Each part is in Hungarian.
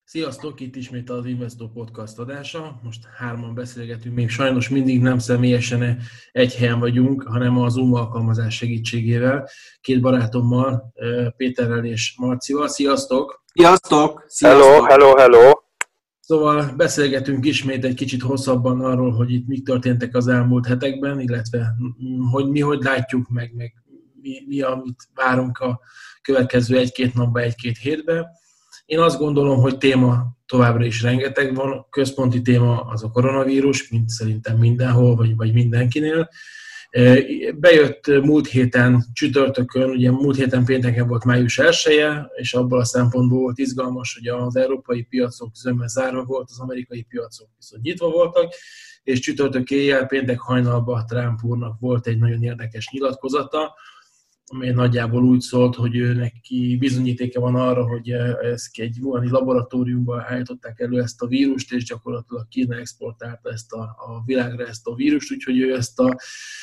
Sziasztok, itt ismét az Investor Podcast adása. Most hárman beszélgetünk, még sajnos mindig nem személyesen egy helyen vagyunk, hanem a Zoom alkalmazás segítségével. Két barátommal, Péterrel és Marcival. Sziasztok! Sziasztok! Hello! Szóval beszélgetünk ismét egy kicsit hosszabban arról, hogy itt mik történtek az elmúlt hetekben, illetve hogy látjuk meg mi amit várunk a következő egy-két napban, egy-két hétben. Én azt gondolom, hogy téma továbbra is rengeteg van. Központi téma az a koronavírus, mint szerintem mindenhol, vagy mindenkinél. Bejött múlt héten csütörtökön, ugye múlt héten pénteken volt május 1-je, és abból a szempontból volt izgalmas, hogy az európai piacok zöme zárva volt, az amerikai piacok viszont nyitva voltak, és csütörtök éjjel, péntek hajnalban Trump úrnak volt egy nagyon érdekes nyilatkozata, amely nagyjából úgy szólt, hogy neki bizonyítéke van arra, hogy ezt egy wuhani laboratóriumban állították elő ezt a vírust, és gyakorlatilag Kína exportálta ezt a világra ezt a vírust, úgyhogy ő ezt a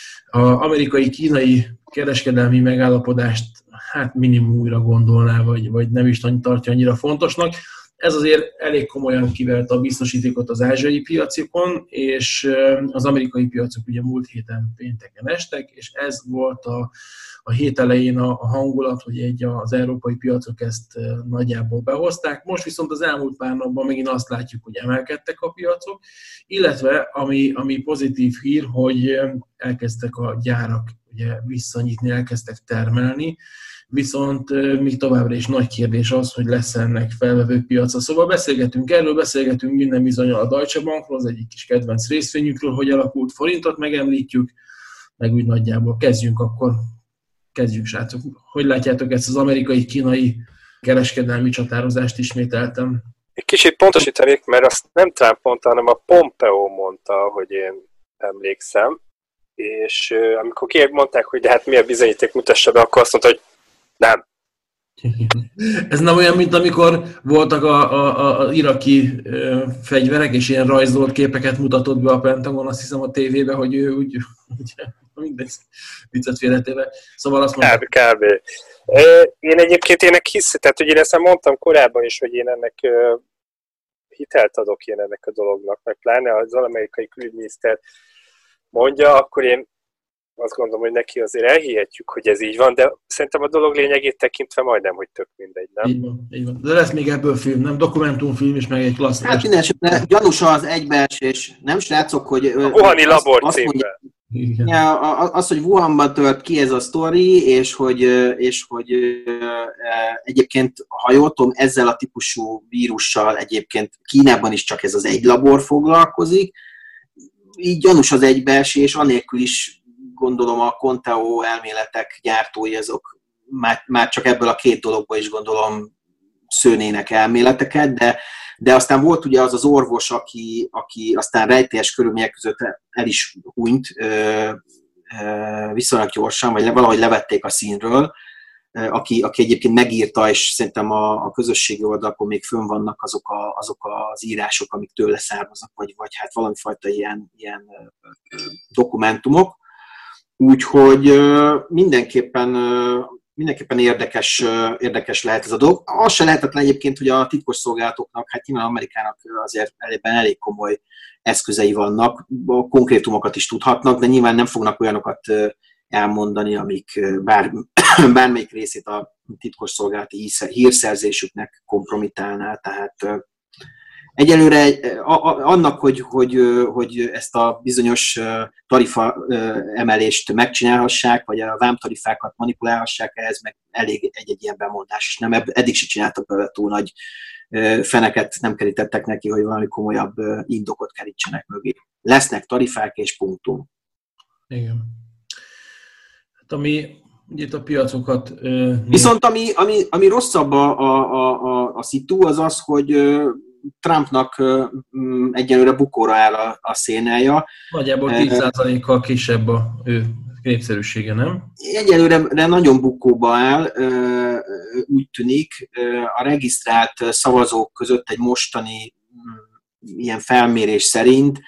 amerikai-kínai kereskedelmi megállapodást hát minimum újra gondolná, vagy nem is tartja annyira fontosnak. Ez azért elég komolyan kiverte a biztosítékot az ázsiai piacokon, és az amerikai piacok ugye múlt héten pénteken estek, és ez volt a hét elején a hangulat, hogy az európai piacok ezt nagyjából behozták. Most viszont az elmúlt pár napban megint azt látjuk, hogy emelkedtek a piacok, illetve ami pozitív hír, hogy elkezdtek a gyárak ugye visszanyitni, elkezdtek termelni, viszont még továbbra is nagy kérdés az, hogy lesz ennek felvevő piaca. Szóval beszélgetünk minden bizonnyal a Deutsche Bankról, az egyik kis kedvenc részvényükről, hogy alakult forintot megemlítjük, meg úgy nagyjából kezdjünk, srácok. Hogy látjátok ezt az amerikai-kínai kereskedelmi csatározást ismételtem? Egy kicsit pontosítanék, mert azt nem Trump mondta, hanem a Pompeo mondta, hogy én emlékszem, és amikor mondták, hogy de hát mi a bizonyíték, mutassa be, akkor azt mondta, hogy nem. Ez nem olyan, mint amikor voltak az iraki fegyverek, és ilyen rajzolt képeket mutatott be a Pentagon, azt hiszem a tévében, hogy ő úgy mindegy, viccet félretéve. Szóval azt mondtam. Kb. Én egyébként ennek hiszem, tehát hogy én ezt mondtam korábban is, hogy én ennek hitelt adok én ennek a dolognak, meg pláne az amerikai külügyminiszter mondja, akkor én azt gondolom, hogy neki azért elhihetjük, hogy ez így van, de szerintem a dolog lényegét tekintve majdnem, hogy tök mindegy, nem? Így van. De lesz még ebből film, nem? Dokumentumfilm is, meg egy klasszikus. Hát minden esetben gyanús az egybeesés, nem srác,ok, hogy... A wuhani labor címben. Az, hogy Wuhanban tört ki ez a sztori, és hogy egyébként, ha jól tudom, ezzel a típusú vírussal egyébként Kínában is csak ez az egy labor foglalkozik, így gyanús az egybeesés, anélkül is gondolom a Conteo elméletek gyártói azok már csak ebből a két dologból is gondolom szőnének elméleteket, de aztán volt ugye az orvos, aki aztán rejtélyes körülmények között el is hunyt viszonylag gyorsan, vagy valahogy levették a színről, aki egyébként megírta, és szerintem a közösségi oldalakon még fönn vannak azok az írások, amik tőle származnak, vagy hát valamifajta ilyen dokumentumok. Úgyhogy mindenképpen érdekes lehet ez a dolog. Az se lehetetlen egyébként, hogy a titkosszolgálatoknak, hát nyilván Amerikának azért elég komoly eszközei vannak, a konkrétumokat is tudhatnak, de nyilván nem fognak olyanokat elmondani, amik bármelyik részét a titkosszolgálati hírszerzésüknek kompromitálná. Tehát egyelőre annak, hogy ezt a bizonyos tarifa emelést megcsinálhassák, vagy a vámtarifákat manipulálhassák, ehhez meg elég egy ilyen bemondás, és nem eddig se csináltak belőle túl nagy feneket, nem kerítettek neki, hogy valami komolyabb indokot kerítsenek mögé. Lesznek tarifák és punktum. Igen. Hát ami itt a piacokat... Viszont ami rosszabb a szitu, az az, hogy Trumpnak egyelőre bukóra áll a szénája. Nagyjából 10%-kal kisebb a ő népszerűsége, nem? Egyelőre nagyon bukóba áll, úgy tűnik. A regisztrált szavazók között egy mostani ilyen felmérés szerint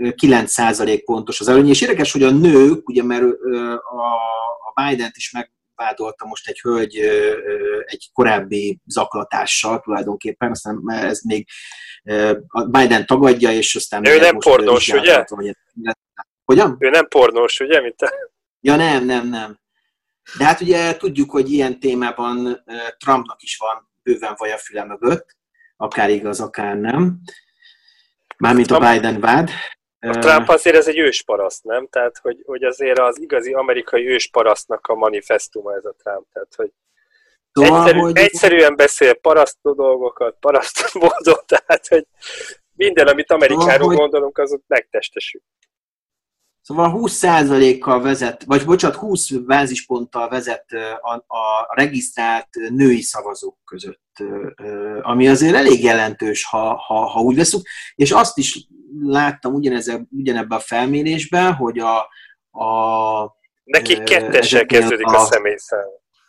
9% pontos az előny. És érdekes, hogy a nők, ugye mert a Bident is vádolta most egy hölgy egy korábbi zaklatással tulajdonképpen, aztán ez még Biden tagadja, és aztán... Ő nem pornós, ugye? Hogyan? Ő nem pornós, ugye? Mint a... Ja, nem. De hát ugye tudjuk, hogy ilyen témában Trumpnak is van bőven vaj a füle mögött, akár igaz, akár nem. Mármint a Biden vád. A Trump azért ez egy ősparaszt, nem? Tehát, hogy azért az igazi amerikai ősparasztnak a manifestuma ez a Trump. Tehát, hogy egyszerűen beszél parasztó dolgokat, parasztó módon, tehát, hogy minden, amit Amerikáról gondolunk, az ott megtestesül. Szóval 20%-kal vezet, vagy bocsánat, 20 bázisponttal vezet a regisztrált női szavazók között, ami azért elég jelentős, ha úgy veszünk. És azt is láttam ugyanebben a felmérésben, hogy Nekik kettessel kezdődik a személyszám.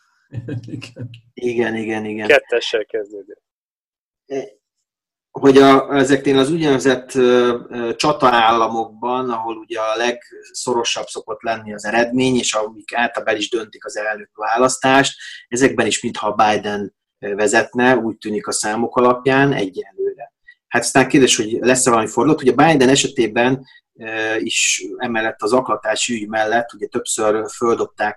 Igen. Kettessel kezdődik. Hogy ezeknél az úgynevezett csataállamokban, ahol ugye a legszorosabb szokott lenni az eredmény, és amik általában is döntik az elnök választást, ezekben is mintha Biden vezetne, úgy tűnik a számok alapján egyelőre. Hát aztán kérdés, hogy lesz-e valami fordulat. Ugye Biden esetében is emellett az zaklatási ügy mellett ugye többször földobták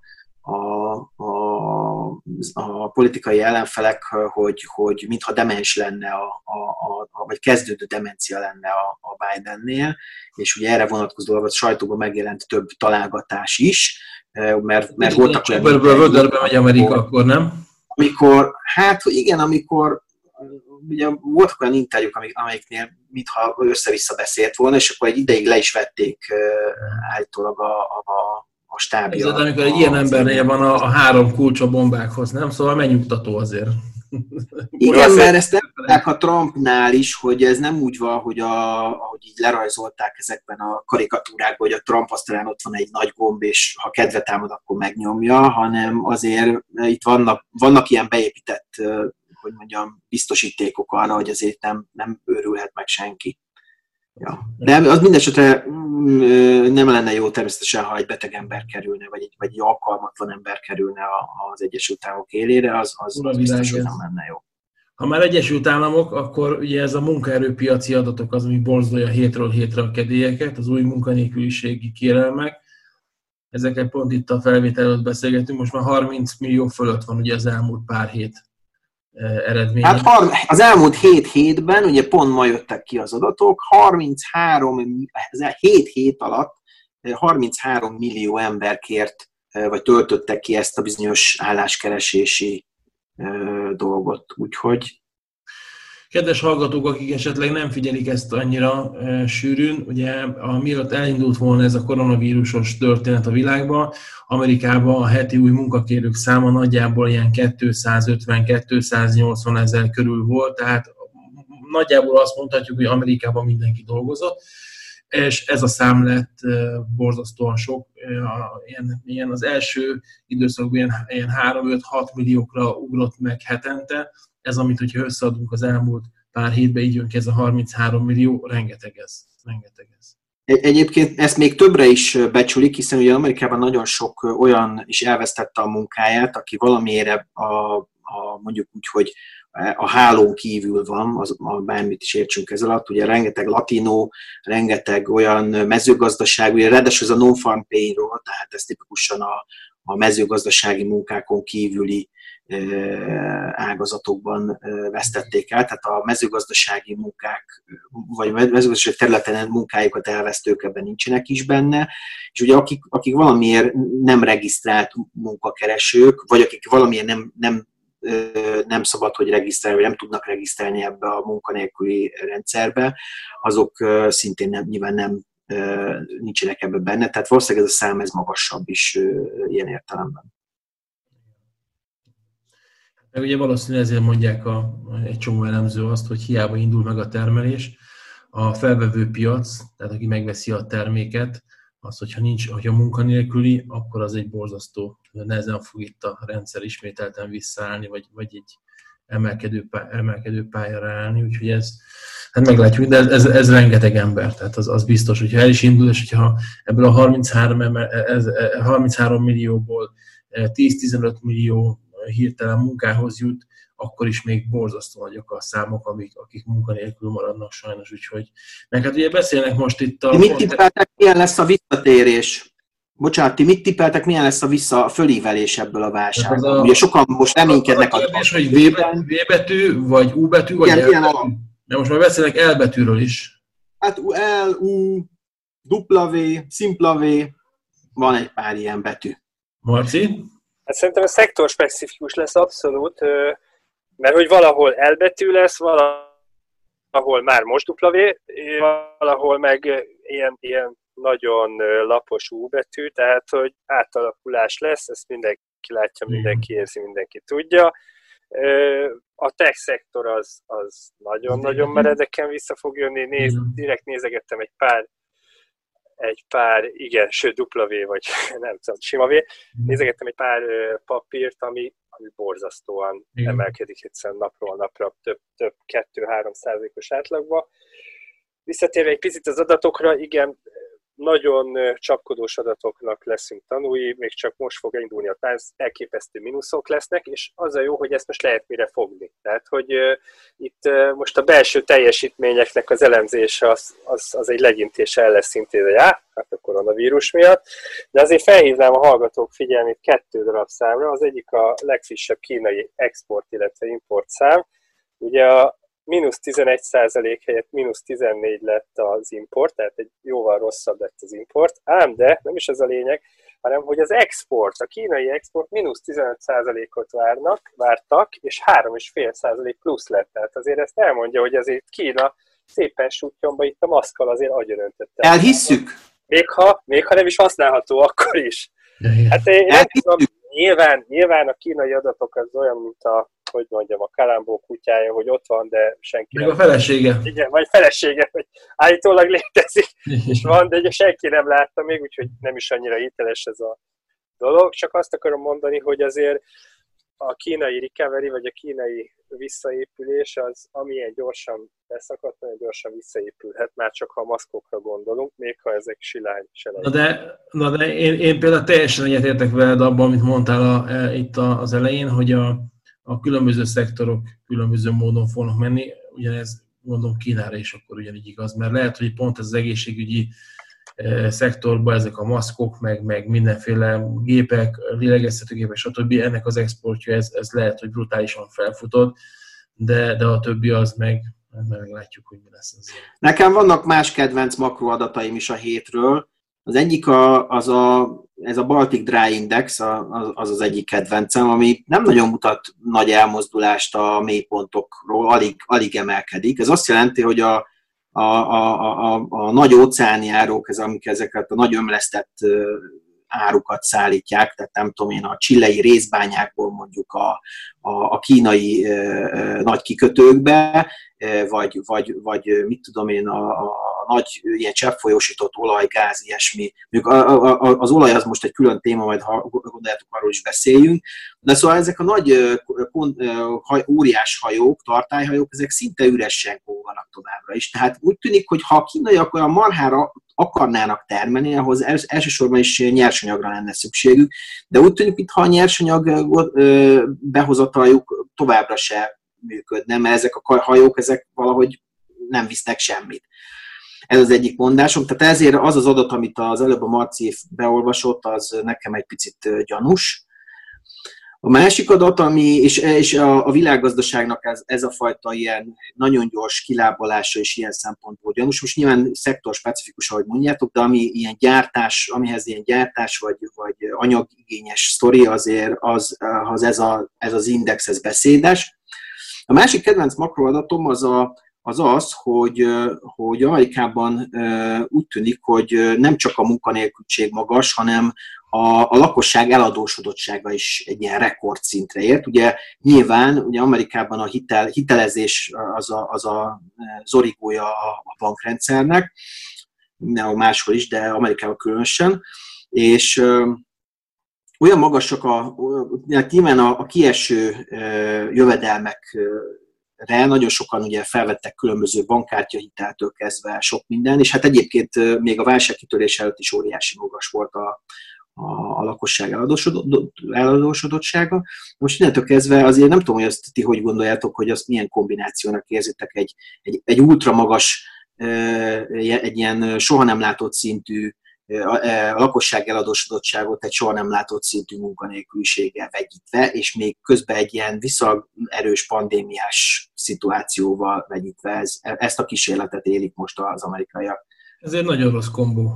a politikai ellenfelek, hogy mintha demens lenne, vagy kezdődő demencia lenne a Bidennél, és ugye erre vonatkozóan a sajtóban megjelent több találgatás is, mert voltak olyan... Vödörbe megy Amerika, akkor nem? Amikor ugye voltak olyan interjúk, amelyiknél mintha össze-vissza beszélt volna, és akkor egy ideig le is vették állítólag a stábja. Ez amikor egy ilyen embernél van a 3 kulcs a bombákhoz, nem? Szóval megnyugtató azért. Igen, mert ezt elmondták a Trumpnál is, hogy ez nem úgy van, hogy ahogy így lerajzolták ezekben a karikatúrákban, hogy a Trump asztalán ott van egy nagy gomb, és ha kedve támad, akkor megnyomja, hanem azért itt vannak ilyen beépített, hogy mondjam, biztosítékok arra, hogy azért nem őrülhet meg senki. Ja. De az mindesetre nem lenne jó természetesen, ha egy beteg ember kerülne, vagy egy alkalmatlan ember kerülne az Egyesült Államok élére, az biztos, hogy nem lenne jó. Ha már Egyesült Államok, akkor ugye ez a munkaerőpiaci adatok az, ami borzolja hétről hétre a kedélyeket, az új munkanélküliségi kérelmek. Ezeket pont itt a felvétel előtt beszélgetünk, most már 30 millió fölött van ugye az elmúlt pár hét eredmény. Hát az elmúlt 7 hétben, ugye pont ma jöttek ki az adatok, 7 hét alatt 33 millió ember kért, vagy töltöttek ki ezt a bizonyos álláskeresési dolgot, úgyhogy... Kedves hallgatók, akik esetleg nem figyelik ezt annyira sűrűn, ugye mielőtt elindult volna ez a koronavírusos történet a világban, Amerikában a heti új munkakérők száma nagyjából ilyen 250-280 ezer körül volt, tehát nagyjából azt mondhatjuk, hogy Amerikában mindenki dolgozott, és ez a szám lett borzasztóan sok, ilyen az első időszakban ilyen 3-5-6 milliókra ugrott meg hetente. Ez, amit, hogyha összeadunk az elmúlt pár hétben, így jön ki ez a 33 millió, rengeteg ez. Egyébként ezt még többre is becsülik, hiszen ugye Amerikában nagyon sok olyan is elvesztette a munkáját, aki valamiére mondjuk úgy, hogy a hálón kívül van, bármit is értsünk ez alatt, ugye rengeteg latinó, rengeteg olyan mezőgazdaság, ugye ráadásul ez a non-farm payroll, tehát ez tipikusan a mezőgazdasági munkákon kívüli ágazatokban vesztették el, tehát a mezőgazdasági munkák, vagy mezőgazdasági területen munkájukat elvesztők ebben nincsenek is benne, és ugye akik valamiért nem regisztrált munkakeresők, vagy akik valamiért nem szabad, hogy regisztrálni, vagy nem tudnak regisztrálni ebbe a munkanélküli rendszerbe, azok szintén nyilván nem nincsenek ebben benne, tehát valószínűleg ez a szám ez magasabb is ilyen értelemben. Meg ugye valószínűleg ezért mondják egy csomó elemző azt, hogy hiába indul meg a termelés, a felvevő piac, tehát aki megveszi a terméket, az, hogyha munkanélküli, akkor az egy borzasztó, nehezen fog itt a rendszer ismételten visszaállni, vagy egy emelkedő pályára állni, úgyhogy hát meglátjuk, de ez rengeteg ember, tehát az biztos, hogyha el is indul, és hogyha ebből a 33 millióból 10-15 millió hirtelen munkához jut, akkor is még borzasztó nagyok a számok, akik munkanélkül maradnak sajnos, úgyhogy... Meg hát ugye beszélnek most itt a... Mit tippeltek, milyen lesz a visszatérés? Bocsánat, ti mit tippeltek, milyen lesz a fölívelés ebből a válságból? Ugye sokan most reménykednek a kérdés, hogy V betű, vagy U betű, vagy L betű? De most már beszélnek L betűről is. Hát L, U, W, szimpla V, van egy pár ilyen betű. Marci? Hát szerintem a szektorspecifikus lesz abszolút, mert hogy valahol L betű lesz, valahol már most W, valahol meg ilyen nagyon lapos U betű, tehát hogy átalakulás lesz, ezt mindenki látja, mindenki érzi, mindenki tudja. A tech szektor az nagyon-nagyon meredeken vissza fog jönni, direkt nézegettem egy pár, igen, sőt W, vagy nem tudom, sima V, nézegettem egy pár papírt, ami borzasztóan emelkedik egyszerűen napról napra, több 2-3%-os átlagba. Visszatérve egy picit az adatokra, igen, nagyon csapkodós adatoknak leszünk tanúi, még csak most fog indulni a tánc, elképesztő mínuszok lesznek, és az a jó, hogy ezt most lehet mire fogni. Tehát, hogy itt most a belső teljesítményeknek az elemzése az egy legyintése el lesz intézve, hát a koronavírus miatt, de azért felhívnám a hallgatók figyelmét 2 darab számra, az egyik a legfrissebb kínai export, illetve import szám, ugye a -11% helyett -14 lett az import, tehát egy jóval rosszabb lett az import, ám de nem is ez a lényeg, hanem hogy az export, a kínai export -15%-ot vártak, és 3,5% plusz lett. Tehát azért ezt elmondja, hogy azért Kína szépen sutyomba itt a maszkkal azért agyonöntötte. Elhisszük? Még ha nem is használható, akkor is. Hát én nem tudom, nyilván a kínai adatok az olyan, mint a Kalambó kutyája, hogy ott van, de senki nem. Meg a felesége. Igen, vagy felesége, hogy állítólag létezik, és van, de ugye senki nem látta még, úgyhogy nem is annyira hiteles ez a dolog. Csak azt akarom mondani, hogy azért a kínai recovery, vagy a kínai visszaépülés az, amilyen gyorsan leszakadt, olyan gyorsan visszaépülhet, már csak ha a maszkokra gondolunk, még ha ezek silány se legyen. Na de én például teljesen egyetértek veled abban, amit mondtál itt az elején, hogy a különböző szektorok különböző módon fognak menni, ugyanez mondom Kínára is akkor ugyanígy igaz, mert lehet, hogy pont ez az egészségügyi szektorban ezek a maszkok, meg mindenféle gépek, lélegeztetőgépek, stb. Ennek az exportja, ez lehet, hogy brutálisan felfutott, de a többi az meglátjuk, hogy mi lesz ez. Nekem vannak más kedvenc makroadataim is a hétről. Az egyik ez a Baltic Dry Index, az egyik kedvencem, ami nem nagyon mutat nagy elmozdulást a mélypontokról, alig emelkedik. Ez azt jelenti, hogy a nagy óceánjárók, amik ezeket a nagy ömlesztett árukat szállítják, tehát nem tudom én, a chilei részbányákból mondjuk a kínai nagy kikötőkbe, vagy mit tudom én, a nagy ilyen cseppfolyósított olaj, gáz, ilyesmi. Az olaj az most egy külön téma, majd ha gondoljátok, arról is beszéljünk. De szóval ezek a nagy óriás hajók, tartályhajók, ezek szinte üresen kóvanak továbbra is. Tehát úgy tűnik, hogy ha a kínaiak olyan marhára akarnának termelni, ahhoz elsősorban is nyersanyagra lenne szükségük, de úgy tűnik, mintha a nyersanyag behozataljuk továbbra se működne, mert ezek a hajók ezek valahogy nem visznek semmit. Ez az egyik mondásom. Tehát ezért az adat, amit az előbb a Marci beolvasott, az nekem egy picit gyanús. A másik adat, és a világgazdaságnak ez a fajta ilyen nagyon gyors kilábalása is ilyen szempontból gyanús. Most nyilván szektorspecifikus, ahogy mondjátok, de amihez ilyen gyártás vagy anyagigényes sztori, azért ez az index, ez beszédes. A másik kedvenc makroadatom az, hogy Amerikában úgy tűnik, hogy nem csak a munkanélküliség magas, hanem a lakosság eladósodottsága is egy ilyen rekordszintre ért. Ugye nyilván Amerikában a hitelezés az a zorigója a bankrendszernek, mindenhol máshol is, de Amerikában különösen, és olyan magasak nyilván a kieső jövedelmekre nagyon sokan ugye felvettek különböző bankkártyahiteltől kezdve sok minden, és hát egyébként még a válság kitörése előtt is óriási magas volt a lakosság eladósodottsága. Most innentől kezdve azért nem tudom, hogy azt ti hogy gondoljátok, hogy azt milyen kombinációnak érzitek egy ultra magas, egy ilyen soha nem látott szintű a lakosság eladósodottságot egy soha nem látott szintű munkanélküliséggel vegyítve, és még közben egy ilyen viszonylag erős pandémiás szituációval vegyítve ezt a kísérletet élik most az amerikaiak. Ez egy nagyon rossz kombó.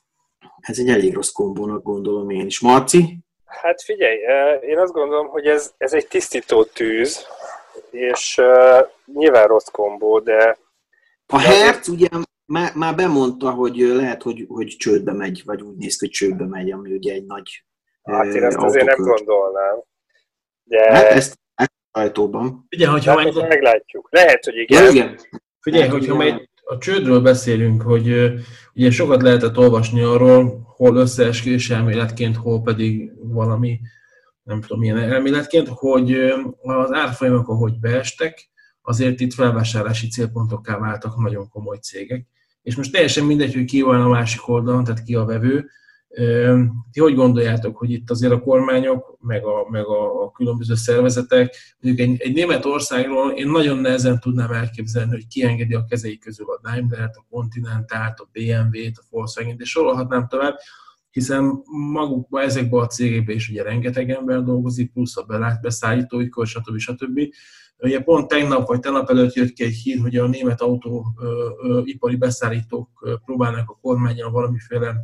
Ez egy elég rossz kombónak gondolom én is. Marci? Hát figyelj, én azt gondolom, hogy ez egy tisztító tűz, és nyilván rossz kombó, de... A Hertz ugye már bemondta, hogy lehet, hogy csődbe megy, vagy úgy néz ki, hogy csődbe megy, ami ugye egy nagy hát én ezt azért nem gondolnám. De... Hát ezt ajtóban. Ugye, hogyha meglátjuk. Lehet, hogy igen. Igen. Figyelj, hogyha a csődről beszélünk, hogy ugye sokat lehetett olvasni arról, hol összeesküvés elméletként, hol pedig valami, nem tudom milyen elméletként, hogy az árfolyamok, ahogy beestek, azért itt felvásárlási célpontokká váltak nagyon komoly cégek. És most teljesen mindegy, hogy ki van a másik oldalon, tehát ki a vevő. Ti hogy gondoljátok, hogy itt azért a kormányok, meg a különböző szervezetek, mondjuk egy Németországról én nagyon nehezen tudnám elképzelni, hogy kiengedi a kezei közül a Daimlert, a Continentalt, a BMW-t, a Volkswagen-t, és sorolhatnám tovább, hiszen magukban, ezekben a cégekben is ugye rengeteg ember dolgozik, plusz a beszállítói kör, stb. Ugye pont tegnap vagy tegnap előtt jött ki egy hír, hogy a német autóipari beszállítók próbálnak a kormánnyal valamiféle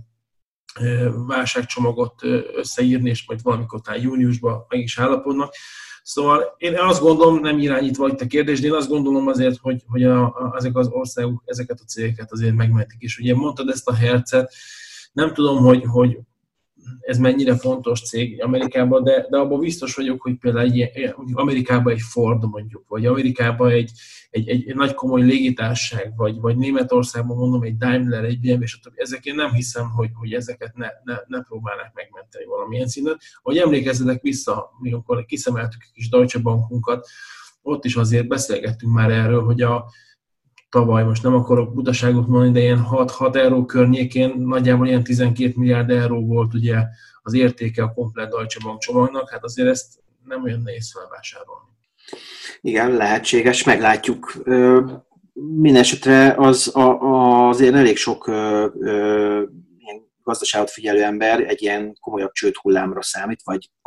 válságcsomagot összeírni, és majd valamikor talán júniusban meg is állapodnak. Szóval én azt gondolom, nem irányítva itt a kérdés, de én azt gondolom azért, hogy ezek az országok ezeket a cégeket azért megmentik. És ugye mondtad ezt a Hertzet, nem tudom, hogy ez mennyire fontos cég Amerikában, de abban biztos vagyok, hogy például Amerikában egy Ford mondjuk, vagy Amerikában egy nagy komoly légitársaság, vagy Németországban mondom egy Daimler, egy BMW, stb. Ezek én nem hiszem, hogy ezeket ne próbálnák megmenteni valamilyen szinten. Ahogy emlékezzetek vissza, amikor kiszemeltük a kis Deutsche Bankunkat, ott is azért beszélgettünk már erről, hogy tavaly, most nem akarok butaságot mondani, de ilyen 6 euró környékén nagyjából ilyen 12 milliárd euró volt ugye az értéke a komplett Deutsche Bank csomagnak, hát azért ezt nem olyan nehéz felvásárolni. Igen, lehetséges, meglátjuk. Mindenesetre azért elég sok ilyen gazdaságot figyelő ember egy ilyen komolyabb csődhullámra számít,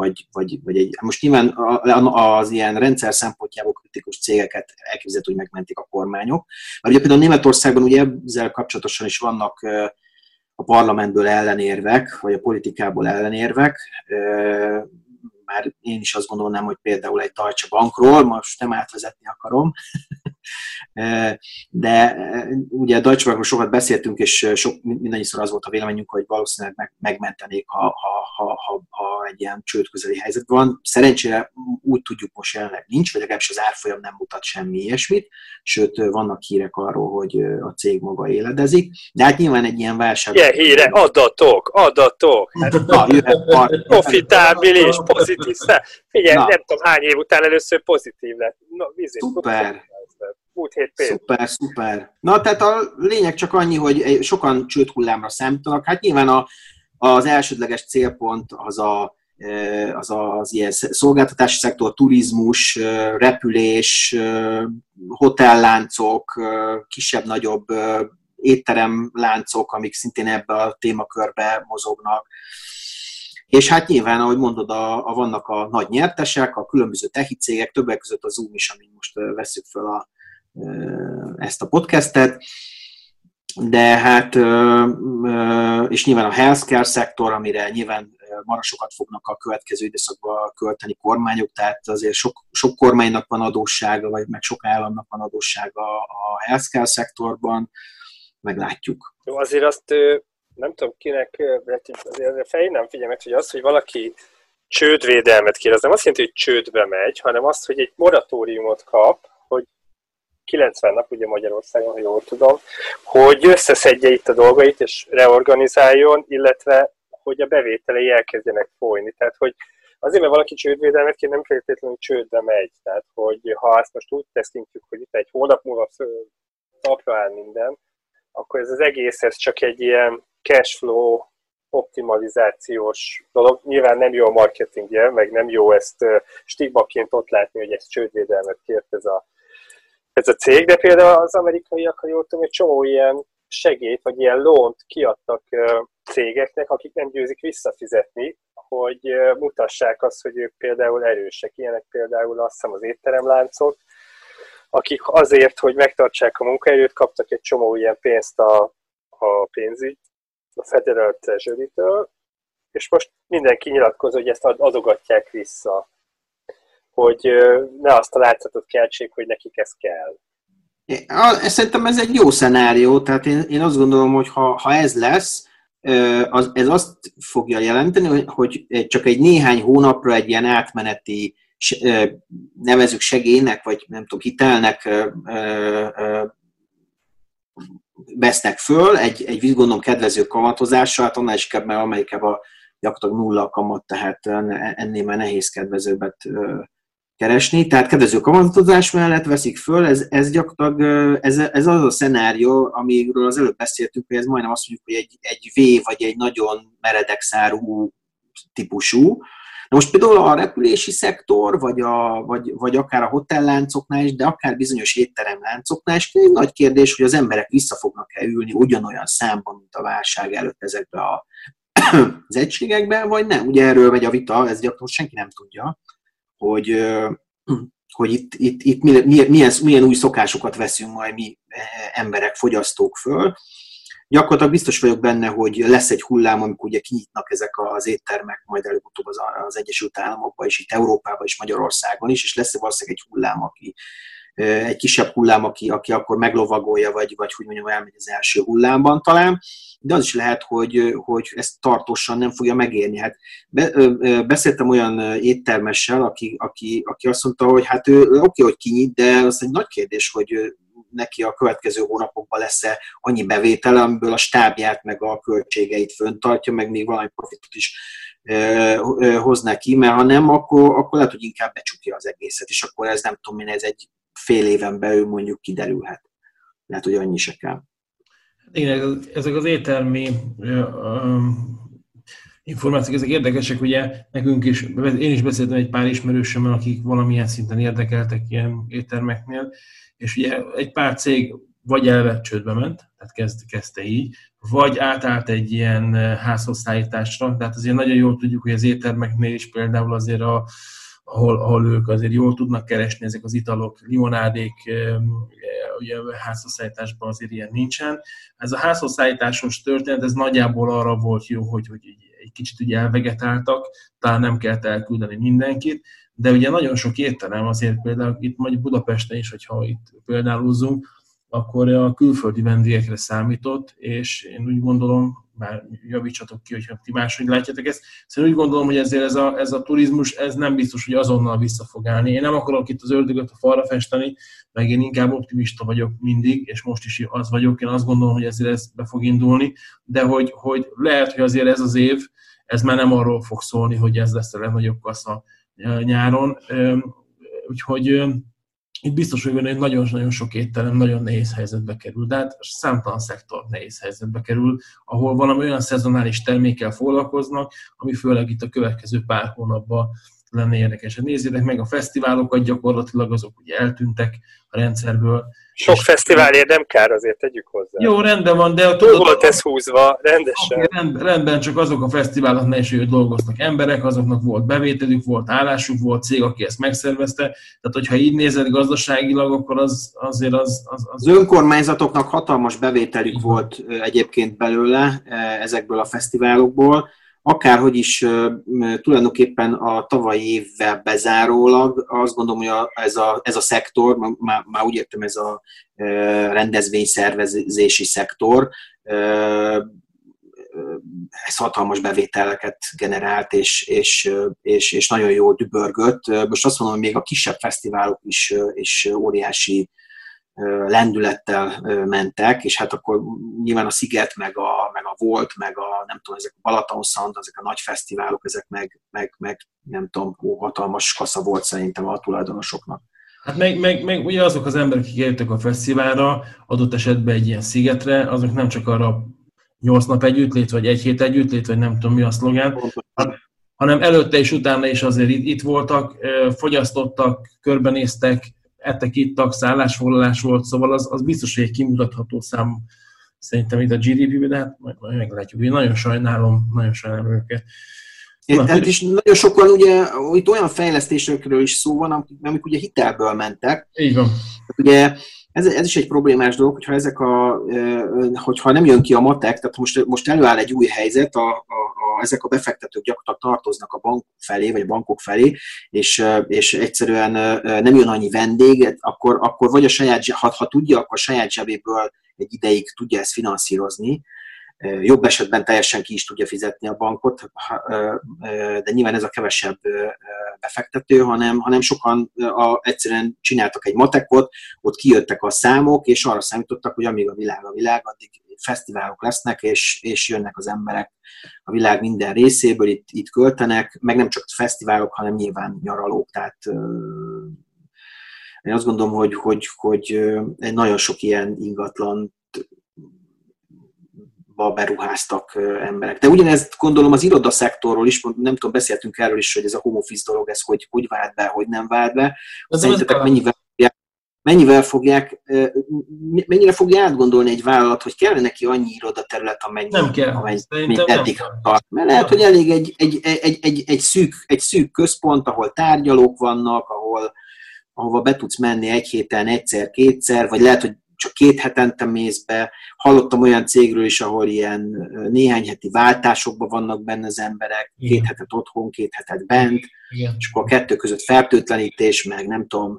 most nyilván az ilyen rendszer szempontjából kritikus cégeket elképzelhető, hogy megmentik a kormányok. Mert ugye például Németországban ugye ezzel kapcsolatosan is vannak a parlamentből ellenérvek, vagy a politikából ellenérvek. Már én is azt gondolnám, hogy például egy Deutsche Bankról, most nem átvezetni akarom, de ugye a Deutsche Bankról sokat beszéltünk, és mindannyiszor az volt a véleményünk, hogy valószínűleg megmentenék, ha egy ilyen csődközeli helyzet van. Szerencsére úgy tudjuk most jelenleg nincs, vagy legalábbis az árfolyam nem mutat semmi ilyesmit, sőt vannak hírek arról, hogy a cég maga éledezik, de hát nyilván egy ilyen válság... Ilyen híre, adatok! Hát, profitábilis, pozitív. Figyelj, nem tudom hány év után először pozitív lett. Szuper! Szuper. Na, tehát a lényeg csak annyi, hogy sokan csődhullámra számítanak. Hát nyilván az elsődleges célpont az ilyen szolgáltatási szektor, turizmus, repülés, hotelláncok, kisebb-nagyobb étteremláncok, amik szintén ebbe a témakörbe mozognak. És hát nyilván, ahogy mondod, vannak a nagy nyertesek, a különböző techi cégek, többek között a Zoom is, amin most vesszük fel ezt a podcastet, de hát, és nyilván a healthcare szektor, amire nyilván marasokat fognak a következő időszakban költeni kormányok, tehát azért sok kormánynak van adóssága, vagy meg sok államnak van adóssága a healthcare szektorban, meglátjuk. Jó, azért azt nem tudom kinek, azért a fején nem figyelj meg, hogy az, hogy valaki csődvédelmet kér, az nem azt jelenti, hogy csődbe megy, hanem azt, hogy egy moratóriumot kap, hogy 90 nap, ugye Magyarországon, ha jól tudom, hogy összeszedje itt a dolgait, és reorganizáljon, illetve hogy a bevételei elkezdjenek folyni. Tehát, hogy azért, mert valaki csődvédelmet kér, nem feltétlenül csődbe megy. Tehát, hogy ha ezt most úgy teszintjük, hogy itt egy hónap múlva talpra áll minden, akkor ez az egész, ez csak egy ilyen cashflow optimalizációs dolog. Nyilván nem jó a marketingje, meg nem jó ezt stigmaként ott látni, hogy ez csődvédelmet kért ez a cég, de például az amerikaiak, ha jól tudom, egy csomó ilyen segélyt, vagy ilyen lónt kiadtak cégeknek, akik nem győzik visszafizetni, hogy mutassák azt, hogy ők például erősek. Ilyenek például azt hiszem az étteremláncok, akik azért, hogy megtartsák a munkaerőt, kaptak egy csomó ilyen pénzt a pénzügy, a Federal Treasury-től, és most mindenki nyilatkoz, hogy ezt adogatják vissza, hogy ne azt a látszatot keltsék, hogy nekik ez kell. Szerintem ez egy jó szenárió, tehát én azt gondolom, hogy ha ez lesz, ez azt fogja jelenteni, hogy csak egy néhány hónapra egy ilyen átmeneti, nevezzük segélynek, vagy nem tudom, hitelnek vesznek föl, egy gondolom kedvező kamatozással, hát annál is inkább, mert Amerikában gyakorlatilag nulla a kamat, tehát ennél már nehéz kedvezőbbet keresni. Tehát kedvező kamatozás mellett veszik föl, ez gyakorlatilag ez az a szenárió, amiről az előbb beszéltünk, hogy ez majdnem azt mondjuk, hogy egy V vagy egy nagyon meredek szárú típusú. Na most például a repülési szektor, vagy akár a hotelláncoknál is, de akár bizonyos étteremláncoknál is egy nagy kérdés, hogy az emberek vissza fognak-e ülni ugyanolyan számban, mint a válság előtt ezekbe az egységekben, vagy nem. Ugye erről megy a vita, ez gyakorlatilag senki nem tudja, hogy itt milyen új szokásokat veszünk majd mi emberek, fogyasztók föl. Gyakorlatilag biztos vagyok benne, hogy lesz egy hullám, amikor ugye kinyitnak ezek az éttermek, majd előbb-utóbb az Egyesült Államokban is, itt Európában is, Magyarországon is, és lesz valószínűleg egy hullám, egy kisebb hullám, aki akkor meglovagolja, vagy hogy mondjam, elmegy az első hullámban talán, de az is lehet, hogy ezt tartósan nem fogja megérni. Hát beszéltem olyan éttermessel, aki azt mondta, hogy hát ő oké, hogy kinyit, de az egy nagy kérdés, hogy neki a következő hónapokban lesz-e annyi bevétele, amiből a stábját meg a költségeit föntartja, meg még valami profitot is hoz neki, mert ha nem, akkor lehet, hogy inkább becsukja az egészet, és akkor ez nem tudom én, ez egy fél éven belül mondjuk kiderülhet. Lehet, hogy annyi se kell. Igen, ezek az éttermi információk, ezek érdekesek, ugye nekünk is, én is beszéltem egy pár ismerősömmel, akik valamilyen szinten érdekeltek ilyen éttermeknél, és ugye egy pár cég vagy elvett csődbe ment, tehát kezdte így, vagy átállt egy ilyen házhozszállításra, tehát azért nagyon jól tudjuk, hogy az éttermeknél is például azért ahol ők azért jól tudnak keresni, ezek az italok, limonádék, ugye házhozszállításban azért ilyen nincsen. Ez a házhozszállításos történet, ez nagyjából arra volt jó, hogy egy kicsit ugye elvegetáltak, talán nem kellett elküldeni mindenkit, de ugye nagyon sok étterem azért például itt majd Budapesten is, hogyha itt példálózzunk, akkor a külföldi vendégekre számított, és én úgy gondolom, bár javítsatok ki, hogyha ti máshogy látjátok ezt, szóval úgy gondolom, hogy ezért ez a turizmus, ez nem biztos, hogy azonnal vissza fog állni. Én nem akarok itt az ördögöt a falra festeni, meg én inkább optimista vagyok mindig, és most is az vagyok, én azt gondolom, hogy ezért ez be fog indulni, de hogy lehet, hogy azért ez az év, ez már nem arról fog szólni, hogy ez lesz a legnagyobb kassa nyáron, úgyhogy itt biztos, hogy nagyon-nagyon sok étterem nagyon nehéz helyzetbe kerül, de hát számtalan szektor nehéz helyzetbe kerül, ahol valami olyan szezonális termékkel foglalkoznak, ami főleg itt a következő pár hónapban lenne érdekes. Nézzétek meg, a fesztiválokat gyakorlatilag azok ugye eltűntek a rendszerből. Sok fesztiválért nem kár, azért tegyük hozzá. Jó, rendben van, de... volt ez húzva, rendesen. Rendben, csak azok a fesztiváloknál is, hogy dolgoztak emberek, azoknak volt bevételük, volt állásuk, volt cég, aki ezt megszervezte. Tehát, hogyha így nézed gazdaságilag, akkor azért az... Az önkormányzatoknak hatalmas bevételük volt egyébként belőle ezekből a fesztiválokból. Akárhogy is tulajdonképpen a tavalyi évvel bezárólag, azt gondolom, hogy ez a szektor, már úgy értem, ez a rendezvényszervezési szektor, ez hatalmas bevételeket generált, és nagyon jól dübörgött. Most azt mondom, hogy még a kisebb fesztiválok is óriási lendülettel mentek, és hát akkor nyilván a Sziget, meg a Volt, meg a nem tudom, ezek a Balatonszand, ezek a nagy fesztiválok, ezek meg nem tudom, hatalmas kassa volt szerintem a tulajdonosoknak. Hát meg ugye azok az emberek, akik eljöttek a fesztiválra, adott esetben egy ilyen Szigetre, azok nem csak arra 8 nap együttlét, vagy 1 hét együttlét, vagy nem tudom mi a szlogán, hanem előtte és utána is azért itt voltak, fogyasztottak, körbenéztek, ettek, ittak, szállásfoglalás volt, szóval az biztos, hogy egy kimutatható szám szerintem itt a GDP-ben, de hát majd meglátjuk. Én nagyon sajnálom őket. Tehát is nagyon sokan ugye itt olyan fejlesztésekről is szó van, amik ugye hitelből mentek. Így van. Ugye ez is egy problémás dolog, hogyha nem jön ki a matek, tehát most előáll egy új helyzet, ezek a befektetők gyakorlatilag tartoznak a bankok felé, vagy a bankok felé, és egyszerűen nem jön annyi vendég, akkor vagy ha tudja, akkor a saját zsebéből egy ideig tudja ezt finanszírozni, jobb esetben teljesen ki is tudja fizetni a bankot, de nyilván ez a kevesebb befektető, hanem sokan egyszerűen csináltak egy matekot, ott kijöttek a számok, és arra számítottak, hogy amíg a világ, addig fesztiválok lesznek, és jönnek az emberek a világ minden részéből, itt költenek, meg nem csak fesztiválok, hanem nyilván nyaralók, tehát én azt gondolom, hogy nagyon sok ilyen ingatlan beruháztak emberek. De ugyanezt gondolom az irodaszektorról is, nem tudom, beszéltünk erről is, hogy ez a home office dolog, ez hogy vált be, hogy nem vált be. Szerintetek mennyire fogja átgondolni egy vállalat, hogy kell neki annyi irodaterület, amennyi eddig tart? Mert lehet, hogy elég egy szűk központ, ahol tárgyalók vannak, ahova be tudsz menni egy héten egyszer-kétszer, vagy lehet, hogy csak 2 hetente mész be. Hallottam olyan cégről is, ahol ilyen néhány heti váltásokban vannak benne az emberek, 2 hetet otthon, 2 hetet bent, igen. És akkor a 2 között fertőtlenítés, meg nem tudom,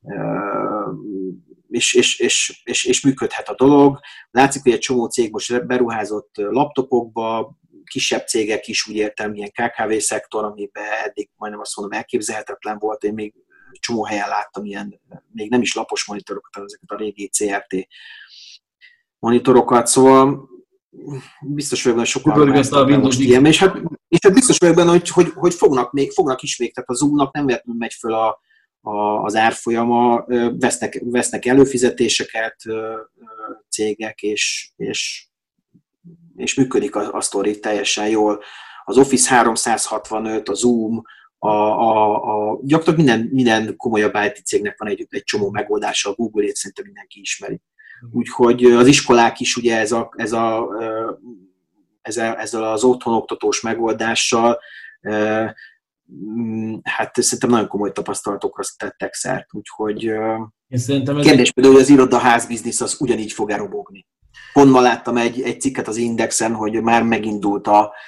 és működhet a dolog. Látszik, hogy egy csomó cég most beruházott laptopokba, kisebb cégek is, úgy értem, ilyen KKV-szektor, amiben eddig majdnem azt mondom elképzelhetetlen volt, én még csomó helyen láttam ilyen, még nem is lapos monitorokat, hanem ezeket a régi CRT monitorokat, szóval biztos vagyok benne, sokan most ilyen, és hát biztos vagyok benne, hogy fognak is még, tehát a Zoomnak nem véletlenül megy föl az árfolyama, vesznek előfizetéseket cégek, és működik a sztori teljesen jól. Az Office 365, a Zoom, gyakorlatilag minden komolyabb IT cégnek van egy csomó megoldása, a Google-ét szerintem mindenki ismeri. Úgyhogy az iskolák is ugye ezzel az otthonoktatós megoldással hát szerintem nagyon komoly tapasztalatokra tettek szert. Úgyhogy kérdés például, hogy az irodaház biznisz az ugyanígy fog elrobogni. Pont ma láttam egy cikket az Indexen, hogy már megindult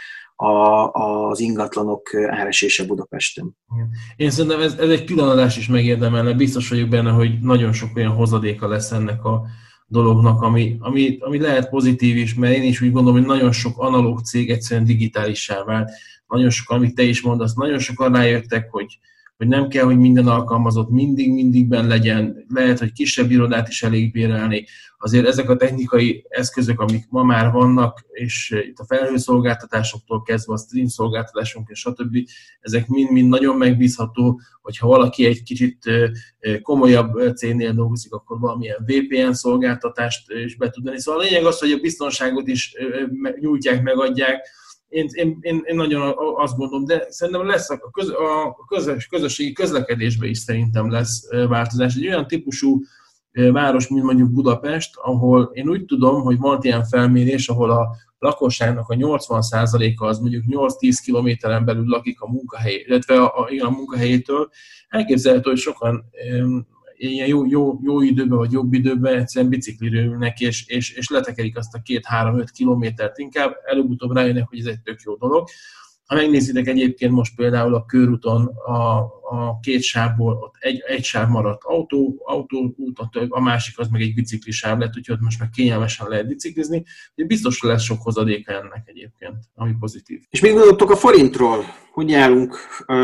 az ingatlanok áresése Budapesten. Én szerintem ez egy külön adás is megérdemelne. Biztos vagyok benne, hogy nagyon sok olyan hozadéka lesz ennek a dolognak, ami lehet pozitív is, mert én is úgy gondolom, hogy nagyon sok analóg cég egyszerűen digitálissá vált. Nagyon sok, amit te is mondasz, nagyon sokan rájöttek, hogy nem kell, hogy minden alkalmazott mindig benn legyen, lehet, hogy kisebb irodát is elég bérelni. Azért ezek a technikai eszközök, amik ma már vannak, és itt a felhőszolgáltatásoktól kezdve a stream szolgáltatásunk, és stb. Ezek mind nagyon megbízható, hogyha valaki egy kicsit komolyabb cégnél dolgozik, akkor valamilyen VPN szolgáltatást is be tud venni. Szóval a lényeg az, hogy a biztonságot is nyújtják, megadják. Én nagyon azt gondolom, de szerintem lesz a közösségi közlekedésben is szerintem lesz változás. Egy olyan típusú város, mint mondjuk Budapest, ahol én úgy tudom, hogy van ilyen felmérés, ahol a lakosságnak a 80%-a az mondjuk 8-10 kilométeren belül lakik a munkahely, illetve a munkahelyétől. Elképzelhető, hogy sokan ilyen jó időben vagy jobb időben egyszerűen biciklire ülnek, és letekerik azt a 2-3-5 kilométert inkább, előbb-utóbb rájönnek, hogy ez egy tök jó dolog. Ha megnézitek egyébként most például a körúton a 2 sávból ott egy sáv maradt autóút, a másik az meg egy biciklisáv lett, úgyhogy most meg kényelmesen lehet biciklizni. Biztos, hogy lesz sok hozadéka ennek egyébként, ami pozitív. És még gondoltok a forintról? Hogy állunk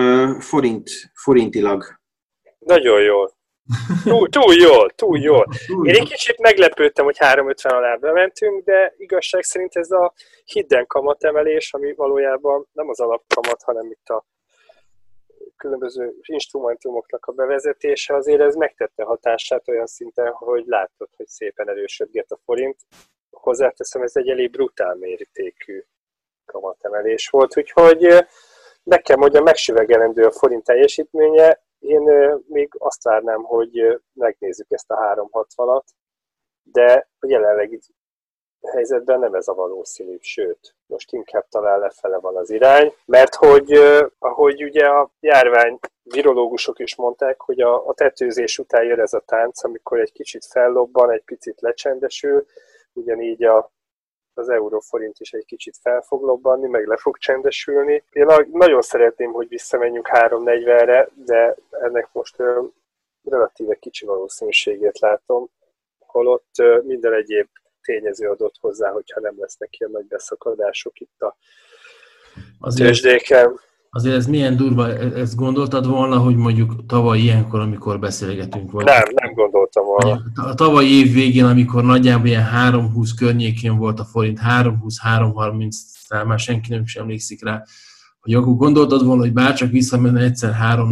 forintilag? Nagyon jól. Túl jól. Én egy kicsit meglepődtem, hogy 3,50 alá bementünk, de igazság szerint ez a hidden kamatemelés, ami valójában nem az alapkamat, hanem itt a különböző instrumentumoknak a bevezetése, azért ez megtette hatását olyan szinten, hogy látod, hogy szépen erősödget a forint. hozzáteszem, ez egy elég brutál mértékű kamatemelés volt, úgyhogy meg kell mondjam, megsüvegelendő a forint teljesítménye. Én még azt várnám, hogy megnézzük ezt a 360-at, de a jelenlegi helyzetben nem ez a valószínűbb, sőt, most inkább talán lefele van az irány, mert hogy ahogy ugye a járvány virológusok is mondták, hogy a tetőzés után jön ez a tánc, amikor egy kicsit fellobban, egy picit lecsendesül, ugyanígy az euróforint is egy kicsit fel fog lobbanni, meg le fog csendesülni. Én nagyon szeretném, hogy visszamenjünk 3.40-re, de ennek most relatíve kicsi valószínűségét látom, holott minden egyéb tényező adott hozzá, hogyha nem lesznek ilyen nagy beszakadások itt a tőzsdéken. Azért ez milyen durva, ezt gondoltad volna, hogy mondjuk tavaly ilyenkor, amikor beszélgetünk? Vagy nem gondoltam volna. A tavalyi év végén, amikor nagyjából ilyen 3.20 környékén volt a forint, 3.20-3.30-nál már senki nem is emlékszik rá, hogy akkor gondoltad volna, hogy bárcsak visszamenne egyszer 3.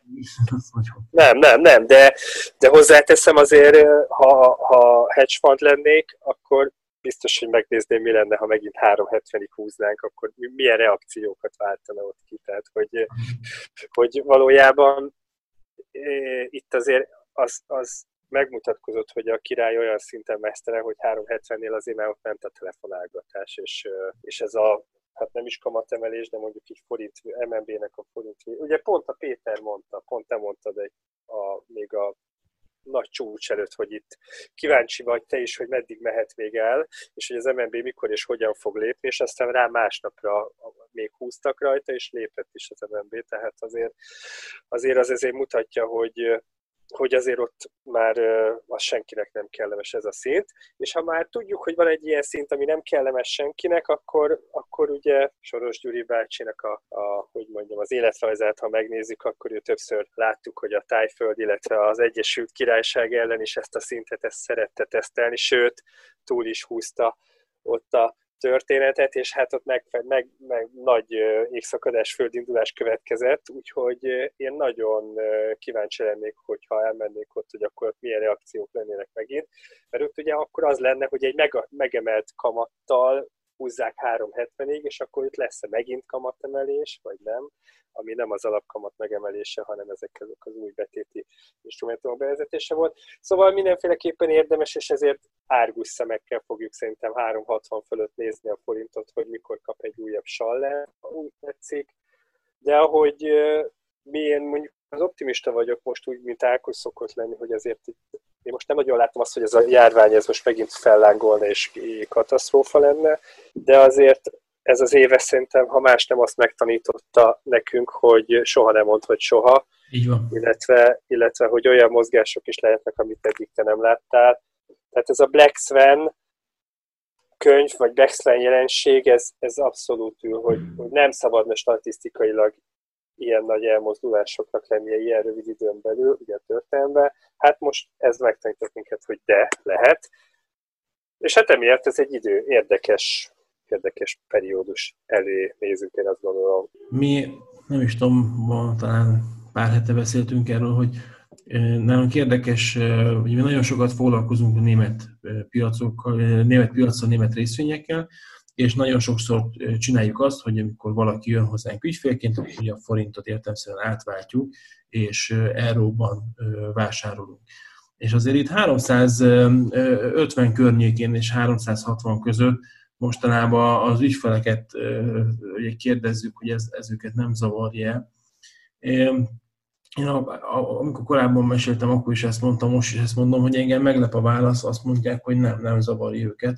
Nem, de hozzáteszem azért, ha hedge fund lennék, akkor biztos, hogy megnézném, mi lenne, ha megint 3.70-ig húznánk, akkor milyen reakciókat váltana ott ki. Tehát, hogy valójában itt azért az megmutatkozott, hogy a király olyan szinten mesztelen, hogy 3.70-nél azért már ott ment a telefonálgatás, és ez hát nem is kamatemelés, de mondjuk így forint, MNB-nek a forint. Ugye pont a Péter mondta, pont te mondtad még a nagy csúcs előtt, hogy itt kíváncsi vagy te is, hogy meddig mehet még el, és hogy az MNB mikor és hogyan fog lépni, és aztán rá másnapra még húztak rajta, és lépett is az MNB, tehát azért az mutatja, hogy azért ott már az senkinek nem kellemes ez a szint, és ha már tudjuk, hogy van egy ilyen szint, ami nem kellemes senkinek, akkor ugye Soros Gyuri bácsinak az életrajzát, ha megnézzük, akkor ő többször láttuk, hogy a Tájföld, illetve az Egyesült Királyság ellen is ezt a szintet szerette tesztelni, sőt, túl is húzta ott a történetet, és hát ott meg nagy égszakadás, földindulás következett, úgyhogy én nagyon kíváncsi lennék, hogyha elmennék ott, hogy akkor ott milyen reakciók lennének megint, mert ott ugye akkor az lenne, hogy egy megemelt kamattal húzzák 3.70-ig, és akkor itt lesz megint kamatemelés, vagy nem, ami nem az alapkamat megemelése, hanem ezek azok az új betéti instrumentumok bevezetése volt. Szóval mindenféleképpen érdemes, és ezért árgus szemekkel fogjuk szerintem 3.60 fölött nézni a forintot, hogy mikor kap egy újabb sallert, ha úgy tetszik. De ahogy én mondjuk az optimista vagyok most úgy, mint Ákos szokott lenni, hogy azért én most nem nagyon látom azt, hogy ez a járvány ez most megint fellángolna és katasztrófa lenne, de azért ez az éve szerintem, ha más nem, azt megtanította nekünk, hogy soha nem mondd, hogy soha. Így van. Illetve, hogy olyan mozgások is lehetnek, amit eddig te nem láttál. Tehát ez a Black Swan könyv, vagy Black Swan jelenség, ez abszolút ül, hogy nem szabadna statisztikailag ilyen nagy elmozdulásoknak lennie ilyen rövid időn belül, ugye a történelemben. Hát most ez megtanított minket, hogy de, lehet. És hát emiatt ez egy érdekes periódus elé nézünk, én azt gondolom. Mi, nem is tudom, talán pár hete beszéltünk erről, hogy nálunk érdekes, hogy mi nagyon sokat foglalkozunk a német piacokkal, német részvényekkel, és nagyon sokszor csináljuk azt, hogy amikor valaki jön hozzánk ügyfélként, akkor a forintot értelemszerűen átváltjuk, és euróban vásárolunk. És azért itt 350 környékén és 360 között mostanában az ügyfeleket kérdezzük, hogy ez őket nem zavarja. Én amikor korábban meséltem, akkor is ezt mondtam, most is ezt mondom, hogy engem meglep a válasz, azt mondják, hogy nem zavarja őket.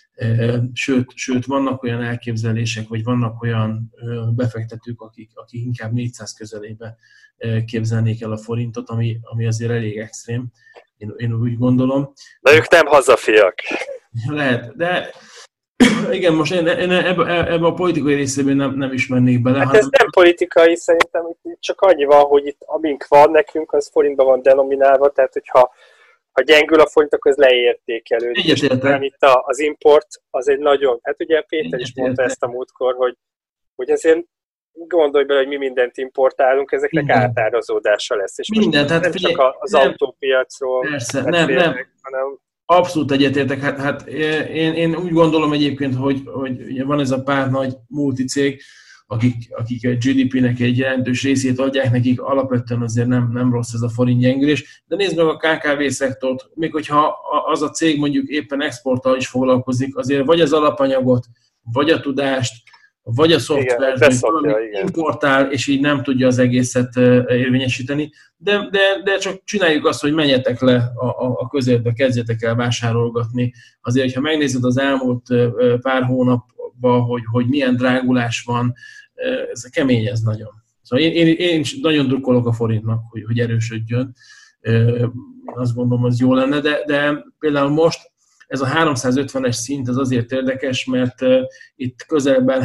Sőt, vannak olyan elképzelések, vagy vannak olyan befektetők, akik inkább 400 közelébe képzelnék el a forintot, ami azért elég extrém, én úgy gondolom. De ők nem hazafiak. Lehet, de igen, most én ebbe a politikai részében nem is mennék bele. Hát ez nem politikai, szerintem csak annyi van, hogy itt amink van nekünk, az forintban van denominálva, tehát hogyha gyengül a forint, akkor ez leértékelődik. És itt az import az egy nagyon, hát ugye Péter is mondta ezt a múltkor, hogy azért gondolj bele, hogy mi mindent importálunk, ezeknek átárazódása lesz. És minden, most nem csak az autópiacról persze, hanem Abszolút egyetértek. Hát én úgy gondolom egyébként, hogy van ez a pár nagy multicég, akik a GDP-nek egy jelentős részét adják, nekik alapvetően azért nem rossz ez a forint gyengülés. De nézd meg a KKV-szektort, még hogyha az a cég mondjuk éppen exporttal is foglalkozik, azért vagy az alapanyagot, vagy a tudást, vagy a szoftvert, importál, és így nem tudja az egészet érvényesíteni. De csak csináljuk azt, hogy menjetek le a közérbe, kezdjetek el vásárolgatni. Azért, hogyha megnézed az elmúlt pár hónapban, hogy milyen drágulás van, ez kemény ez nagyon. Szóval én is nagyon drukkolok a forintnak, hogy erősödjön. Azt gondolom, az jó lenne, de például most ez a 350-es szint az azért érdekes, mert itt közelben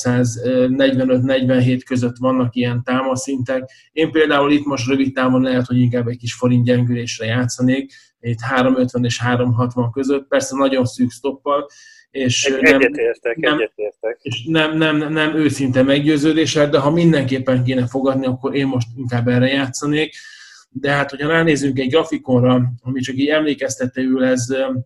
345-47 között vannak ilyen támaszintek. Én például itt most rövid távon lehet, hogy inkább egy kis forint gyengülésre játszanék, itt 350 és 360 között, persze nagyon szűk stoppal, és egyetértek. És nem őszinte meggyőződéssel, de ha mindenképpen kéne fogadni, akkor én most inkább erre játszanék. De hát, hogyha ránézünk egy grafikonra, ami csak így emlékeztetőül, ez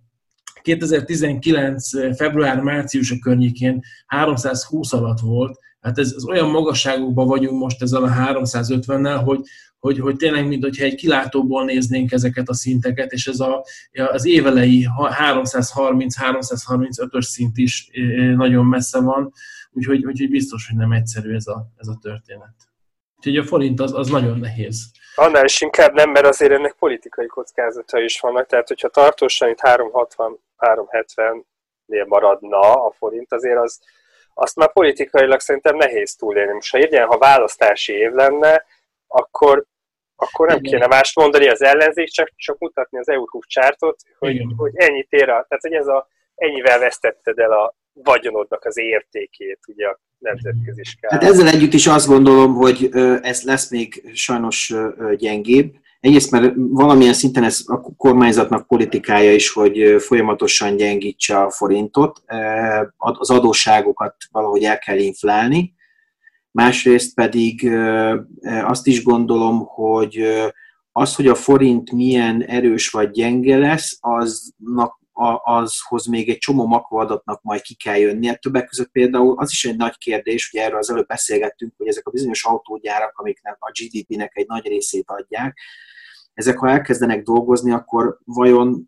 2019. február-március környékén 320 alatt volt, hát ez olyan magasságokban vagyunk most ezzel a 350-nel, hogy tényleg, mintha egy kilátóból néznénk ezeket a szinteket, és ez az évelei 330-335-ös szint is nagyon messze van, úgyhogy biztos, hogy nem egyszerű ez a történet. Úgyhogy a forint az nagyon nehéz. Annál is inkább nem, mert azért ennek politikai kockázata is vannak, tehát hogyha tartósan itt 360-370-nél maradna a forint, azért azt már politikailag szerintem nehéz túlélni. Most ha választási év lenne, akkor nem kéne mást mondani az ellenzék, csak mutatni az Eurhuf csártot, hogy ennyit ér, tehát hogy ennyivel vesztetted el a vagyonodnak az értékét, ugye a nemzetközi skálán. Hát ezzel együtt is azt gondolom, hogy ez lesz még sajnos gyengébb. Egyrészt, mert valamilyen szinten ez a kormányzatnak politikája is, hogy folyamatosan gyengítse a forintot, az adósságokat valahogy el kell inflálni. Másrészt pedig azt is gondolom, hogy az, hogy a forint milyen erős vagy gyenge lesz, azhoz még egy csomó makroadatnak majd ki kell jönnie. Többek között például az is egy nagy kérdés, hogy erről az előbb beszélgettünk, hogy ezek a bizonyos autógyárak, amiknek a GDP-nek egy nagy részét adják, ezek ha elkezdenek dolgozni, akkor vajon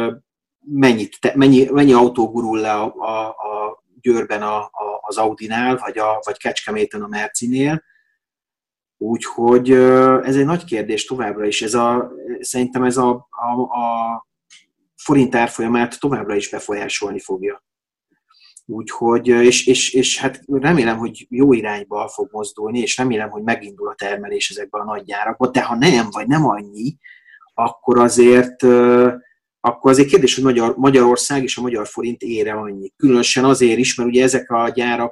mennyi autó gurul le a Győrben az Audinál, vagy Kecskeméten a Mercinél. Úgyhogy ez egy nagy kérdés továbbra is. Szerintem ez a forint árfolyamát továbbra is befolyásolni fogja. Úgyhogy, és hát remélem, hogy jó irányba fog mozdulni, és remélem, hogy megindul a termelés ezekben a nagy gyárakban, de ha nem, vagy nem annyi, akkor azért kérdés, hogy Magyarország és a magyar forint ére annyi. Különösen azért is, mert ugye ezek a gyárak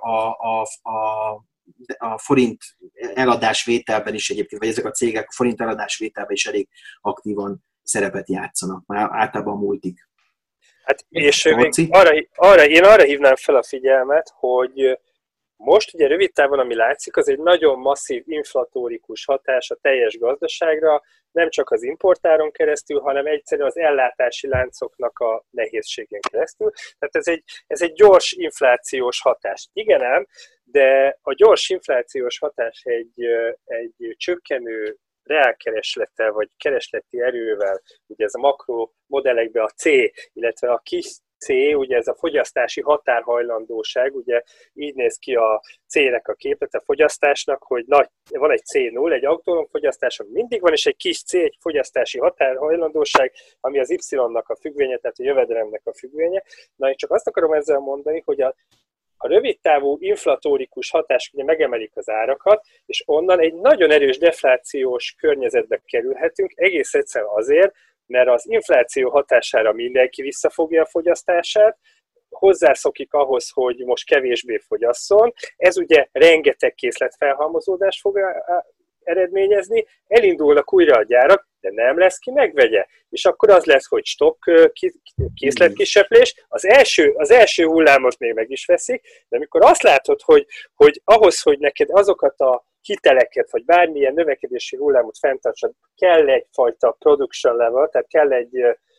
a forint eladásvételben is egyébként, vagy ezek a cégek a forint eladásvételben is elég aktívan szerepet játszanak, már általában multik. Hát, és én arra hívnám fel a figyelmet, hogy most ugye rövid távon, ami látszik, az egy nagyon masszív inflatórikus hatás a teljes gazdaságra, nem csak az importáron keresztül, hanem egyszerűen az ellátási láncoknak a nehézségén keresztül. Tehát ez egy gyors inflációs hatás. Igen ám, de a gyors inflációs hatás egy csökkenő reálkereslettel, vagy keresleti erővel, ugye ez a makromodellekben a C, illetve a kis C, ugye ez a fogyasztási határhajlandóság, ugye így néz ki a C-nek a képlet, a fogyasztásnak, hogy van egy C0, egy autonóm fogyasztás, ami mindig van, és egy kis C, egy fogyasztási határhajlandóság, ami az Y-nak a függvénye, tehát a jövedelemnek a függvénye. Na, én csak azt akarom ezzel mondani, hogy a rövidtávú inflatórikus hatás ugye megemelik az árakat, és onnan egy nagyon erős deflációs környezetbe kerülhetünk, egész egyszerűen azért, mert az infláció hatására mindenki visszafogja a fogyasztását, hozzászokik ahhoz, hogy most kevésbé fogyasszon. Ez ugye rengeteg készletfelhalmozódást fog eredményezni, elindulnak újra a gyárak, de nem lesz ki megvegye. És akkor az lesz, hogy stock készletkiseplés. Az első hullámot még meg is veszik, de amikor azt látod, hogy ahhoz, hogy neked azokat a hiteleket, vagy bármilyen növekedési hullámot fenntartsad, kell egyfajta production level, tehát kell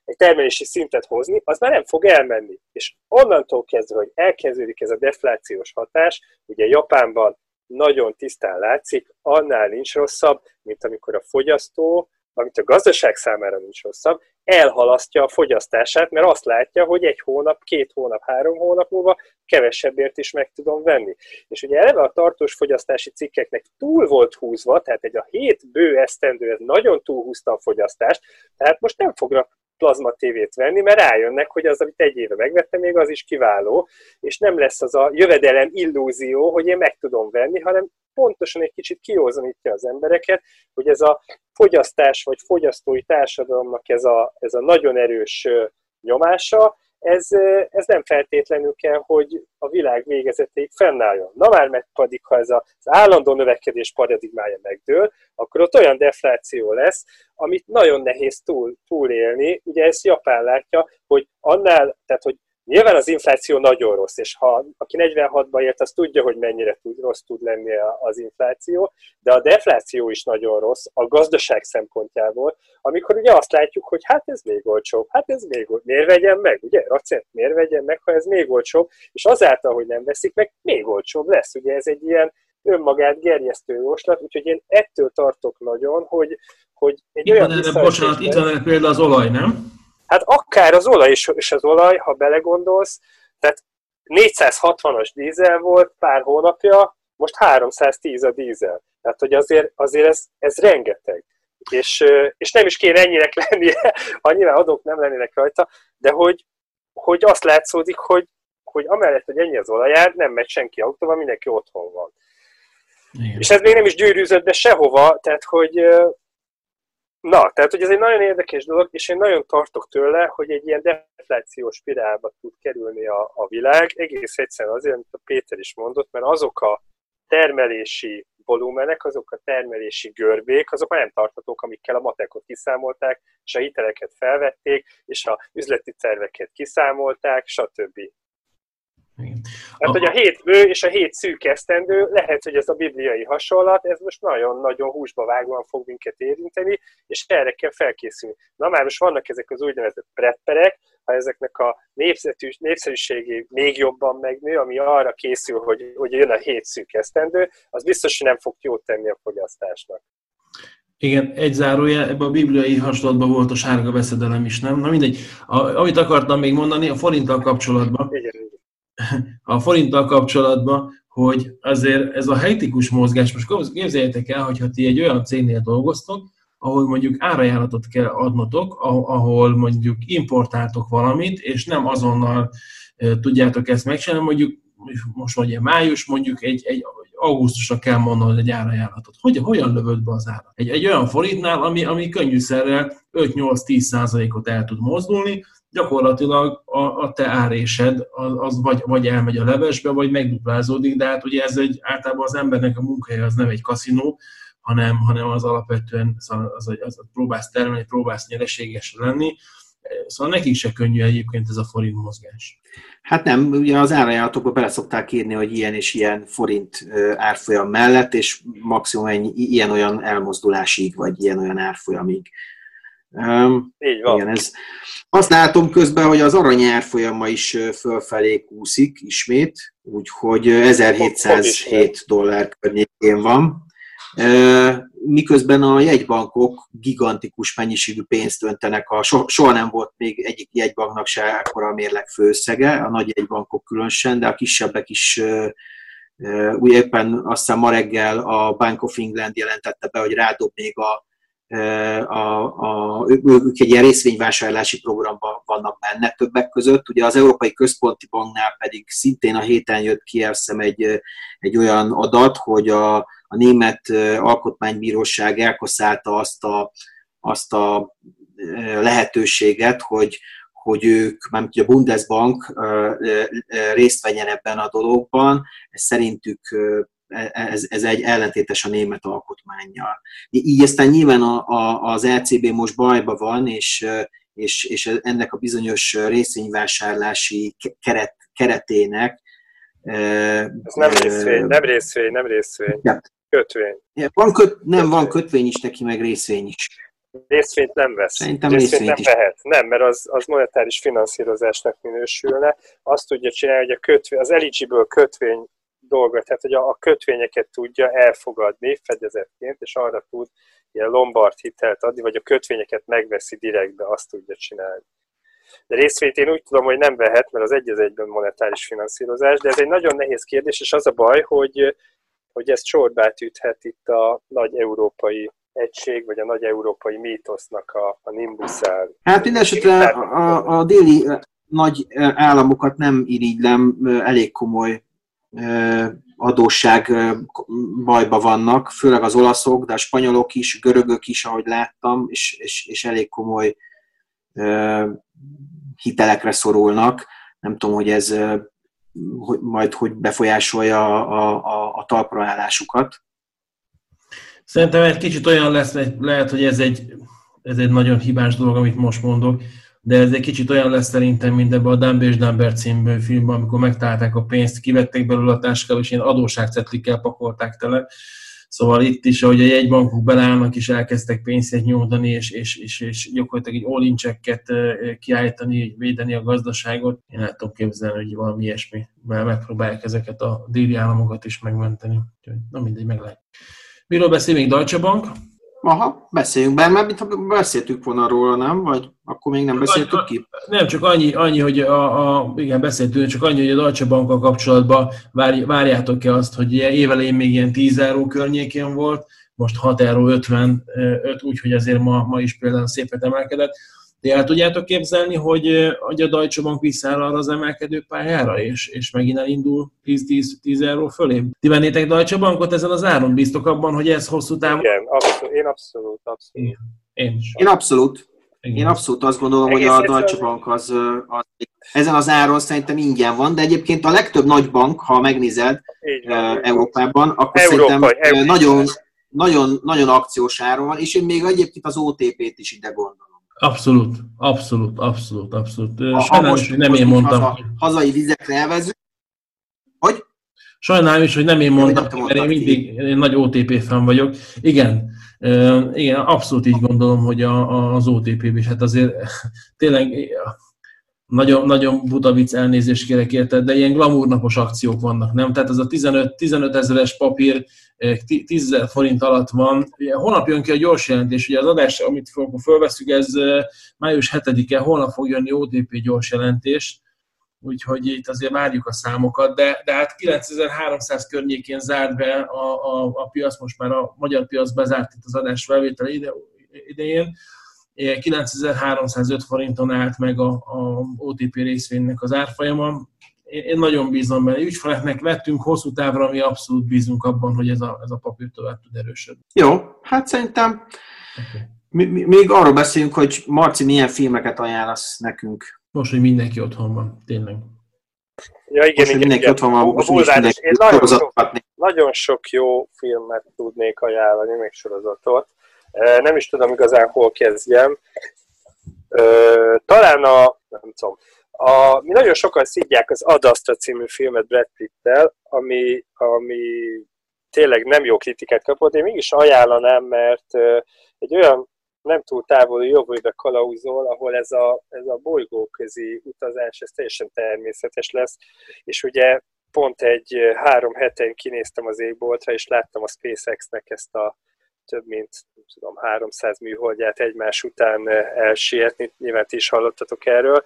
egy termelési szintet hozni, az már nem fog elmenni. És onnantól kezdve, hogy elkezdődik ez a deflációs hatás, ugye Japánban nagyon tisztán látszik, annál nincs rosszabb, mint amikor a fogyasztó, amit a gazdaság számára nincs rosszabb, elhalasztja a fogyasztását, mert azt látja, hogy 1 hónap, 2 hónap, 3 hónap múlva kevesebbért is meg tudom venni. És ugye eleve a tartós fogyasztási cikkeknek túl volt húzva, tehát a 7 bő esztendő, ez nagyon túlhúzta a fogyasztást, tehát most nem fognak plazma tévét venni, mert rájönnek, hogy az, amit 1 éve megvettem, még az is kiváló, és nem lesz az a jövedelem illúzió, hogy én meg tudom venni, hanem pontosan egy kicsit kiózanítja az embereket, hogy ez a fogyasztás vagy fogyasztói társadalomnak ez a nagyon erős nyomása, ez nem feltétlenül kell, hogy a világ végezetéig fennálljon. Na már meg pedig, ha ez az állandó növekedés paradigmája megdől, akkor ott olyan defláció lesz, amit nagyon nehéz túlélni. Ugye ezt Japán látja, hogy annál, tehát hogy nyilván az infláció nagyon rossz, és ha aki 46-ban élt, az tudja, hogy mennyire rossz tud lenni az infláció, de a defláció is nagyon rossz a gazdaság szempontjából, amikor ugye azt látjuk, hogy hát ez még olcsóbb, miért vegyem meg, ugye, racent, miért vegyem meg, ha ez még olcsóbb, és azáltal, hogy nem veszik meg, még olcsóbb lesz, ugye ez egy ilyen önmagát gerjesztő jóslat, úgyhogy én ettől tartok nagyon, hogy egy olyan visszaesésben... Bocsánat, itt van például az olaj, nem? Hát akár az olaj és az olaj, ha belegondolsz, tehát 460-as dízel volt pár hónapja, most 310 a dízel. Tehát, hogy azért ez rengeteg. És nem is kéne ennyinek lennie, ha nyilván adók nem lennének rajta, de hogy azt látszódik, hogy amellett, hogy ennyi az olajár, nem megy senki autóval, mindenki otthon van. Igen. És ez még nem is gyűrűzött be sehova, tehát, hogy ez egy nagyon érdekes dolog, és én nagyon tartok tőle, hogy egy ilyen deflációs spirálba tud kerülni a világ, egész egyszerűen azért, amit a Péter is mondott, mert azok a termelési volumenek, azok a termelési görbék, azok már nem tarthatók, amikkel a matekot kiszámolták, és a hiteleket felvették, és a üzleti terveket kiszámolták, stb. Tehát, hogy a 7 bő és a 7 szűk esztendő, lehet, hogy ez a bibliai hasonlat, ez most nagyon-nagyon húsba vágóan fog minket érinteni, és erre kell felkészülni. Na már most vannak ezek az úgynevezett prepperek, ha ezeknek a népszerűségé még jobban megnő, ami arra készül, hogy jön a 7 szűk esztendő, az biztos, hogy nem fog jót tenni a fogyasztásnak. Igen, egy zárójel, ebben a bibliai hasonlatban volt a sárga veszedelem is, nem? Na mindegy, amit akartam még mondani, a forinttal kapcsolatban. Igen. A forinttal kapcsolatban, hogy azért ez a hektikus mozgás, most képzeljétek el, hogyha ti egy olyan cégnél dolgoztok, ahol mondjuk árajánlatot kell adnotok, ahol mondjuk importáltok valamit, és nem azonnal tudjátok ezt megcsinálni, mondjuk most mondja május, mondjuk egy augusztusra kell mondanod egy árajánlatot. Hogyan lövöd be az árat? Egy olyan forintnál, ami könnyűszerrel 5-8-10%-ot el tud mozdulni, gyakorlatilag a te árésed az vagy elmegy a levesbe, vagy megduplázódik, de hát ugye ez általában az embernek a munkahelye az nem egy kaszinó, hanem az alapvetően az próbálsz termelni, próbálsz nyereséges lenni. Szóval nekik se könnyű egyébként ez a forint mozgás. Hát nem, ugye az árajánlatokba bele szokták írni, hogy ilyen és ilyen forint árfolyam mellett, és maximum ilyen-olyan elmozdulásig, vagy ilyen-olyan árfolyamig. Így van. Igen, azt látom közben, hogy az arany árfolyama is fölfelé kúszik ismét, úgyhogy $1707 környékén van. Miközben a jegybankok gigantikus mennyiségű pénzt öntenek, soha nem volt még egyik jegybanknak se akkora a mérleg főösszege, a nagy jegybankok különösen, de a kisebbek is, úgy éppen azt hiszem ma reggel a Bank of England jelentette be, hogy rádob még ők egy ilyen részvényvásárlási programban vannak benne többek között. Ugye az Európai Központi Banknál pedig szintén a héten jött ki, azt hiszem egy olyan adat, hogy a német alkotmánybíróság elkaszálta azt a lehetőséget, hogy ők, mármint a Bundesbank részt vegyen ebben a dologban. Szerintük ez egy ellentétes a német alkotmánnyal. Így aztán nyilván az ECB most bajba van, és ennek a bizonyos részvényvásárlási keretének. Ez nem részvény. Ja. Kötvény. Van kötvény is neki, meg részvény is. Részvényt nem vesz. Szerintem Részvényt nem is. vehet. Nem, mert az monetáris finanszírozásnak minősülne. Azt tudja csinálni, hogy az eligible kötvény dolgot, tehát hogy a kötvényeket tudja elfogadni fedezetként, és arra tud ilyen Lombard hitelt adni, vagy a kötvényeket megveszi direktbe, azt tudja csinálni. De részvényt én úgy tudom, hogy nem vehet, mert az egyben monetáris finanszírozás, de ez egy nagyon nehéz kérdés, és az a baj, hogy ez csorbát üthet itt a nagy európai egység, vagy a nagy európai mítosznak a nimbuszán. Hát mindenesetre a déli nagy államokat nem irigylem, elég komoly adósság bajba vannak, főleg az olaszok, de a spanyolok is, görögök is, ahogy láttam, és elég komoly hitelekre szorulnak. Nem tudom, hogy ez majd hogy befolyásolja a talpraállásukat. Szerintem egy kicsit olyan lesz, lehet, hogy ez egy nagyon hibás dolog, amit most mondok, de ez egy kicsit olyan lesz szerintem, mint ebben a Dumb és Dumber című filmben, amikor megtalálták a pénzt, kivették belőle a táskába, és ilyen adósságcetlikkel pakolták tele. Szóval itt is, ahogy a jegybankok beleállnak, és elkezdtek pénzt nyújtani, és gyakorlatilag egy all-in checket kiállítani, védeni a gazdaságot. Én el tudom képzelni, hogy valami ilyesmi, mert megpróbálják ezeket a déli államokat is megmenteni. Na mindegy, meg lehet. Miről beszél még Deutsche Bank? Aha, beszéljünk, bár már mintha beszéltük volna róla, nem? Vagy akkor még nem beszéltük ki? Nem, csak annyi hogy igen, beszéltünk, csak annyi, hogy a Deutsche Bankkal kapcsolatban várjátok-e azt, hogy évelején még ilyen 10 euró környékén volt, most 6,55 €, úgyhogy azért ma is például szépen emelkedett. De el tudjátok képzelni, hogy a Deutsche Bank visszáll arra az emelkedő pályára, és megint elindul 10 euró fölé? Ti vennétek Deutsche Bankot ezen az áron? Bíztok abban, hogy ez hosszú távon? Igen, én abszolút. Én abszolút azt gondolom, hogy a Deutsche Bank az ezen az áron szerintem ingyen van, de egyébként a legtöbb nagy bank, ha megnézed Európában, akkor szerintem nagyon akciós áron van, és én még egyébként az OTP-t is ide gondolom. Abszolút. Sajnálom is, hogy nem én mondtam. Hazai vizekre elvezünk. Hogy? Sajnálom is, hogy nem én mondtam, mert én mindig nagy OTP fan vagyok. Igen, abszolút így gondolom, hogy az OTP is. Hát azért tényleg nagyon buta vicc, elnézést kérek érted, de ilyen glamournapos akciók vannak, nem? Tehát ez a 15 ezeres papír 10 000 forint alatt van. Holnap jön ki a gyors jelentés, ugye az adás, amit fölveszünk, ez május 7-e, holnap fog jönni OTP gyors jelentés, úgyhogy itt azért várjuk a számokat, de hát 9300 környékén zárt be a piac, most már a magyar piac bezárt itt az adás felvétele idején, 9305 forinton állt meg a OTP részvénynek az árfolyama. Én nagyon bízom benne. Ügyfeleknek vettünk hosszú távra, ami abszolút bízunk abban, hogy ez a papír tovább tud erősödni. Jó, hát szerintem még arról beszélünk, hogy Marci, milyen filmeket ajánlasz nekünk? Most, hogy mindenki otthon van, tényleg. Ja, igen, most, hogy mindenki otthon van, most is mindenki nagyon sok jó filmet tudnék ajánlani, még sorozatot. Nem is tudom igazán, hol kezdjem. Talán nem tudom, mi nagyon sokan szidják az Ad Astra című filmet Brad Pitt-tel, ami tényleg nem jó kritikát kapott. Én mégis ajánlanám, mert egy olyan nem túl távoli jövőbe kalauzol, ahol ez a bolygóközi utazás, ez teljesen természetes lesz, és ugye pont 3 heten kinéztem az égboltra, és láttam a SpaceX-nek ezt a több mint 300 műholdját egymás után elsietni, nyilván ti is hallottatok erről.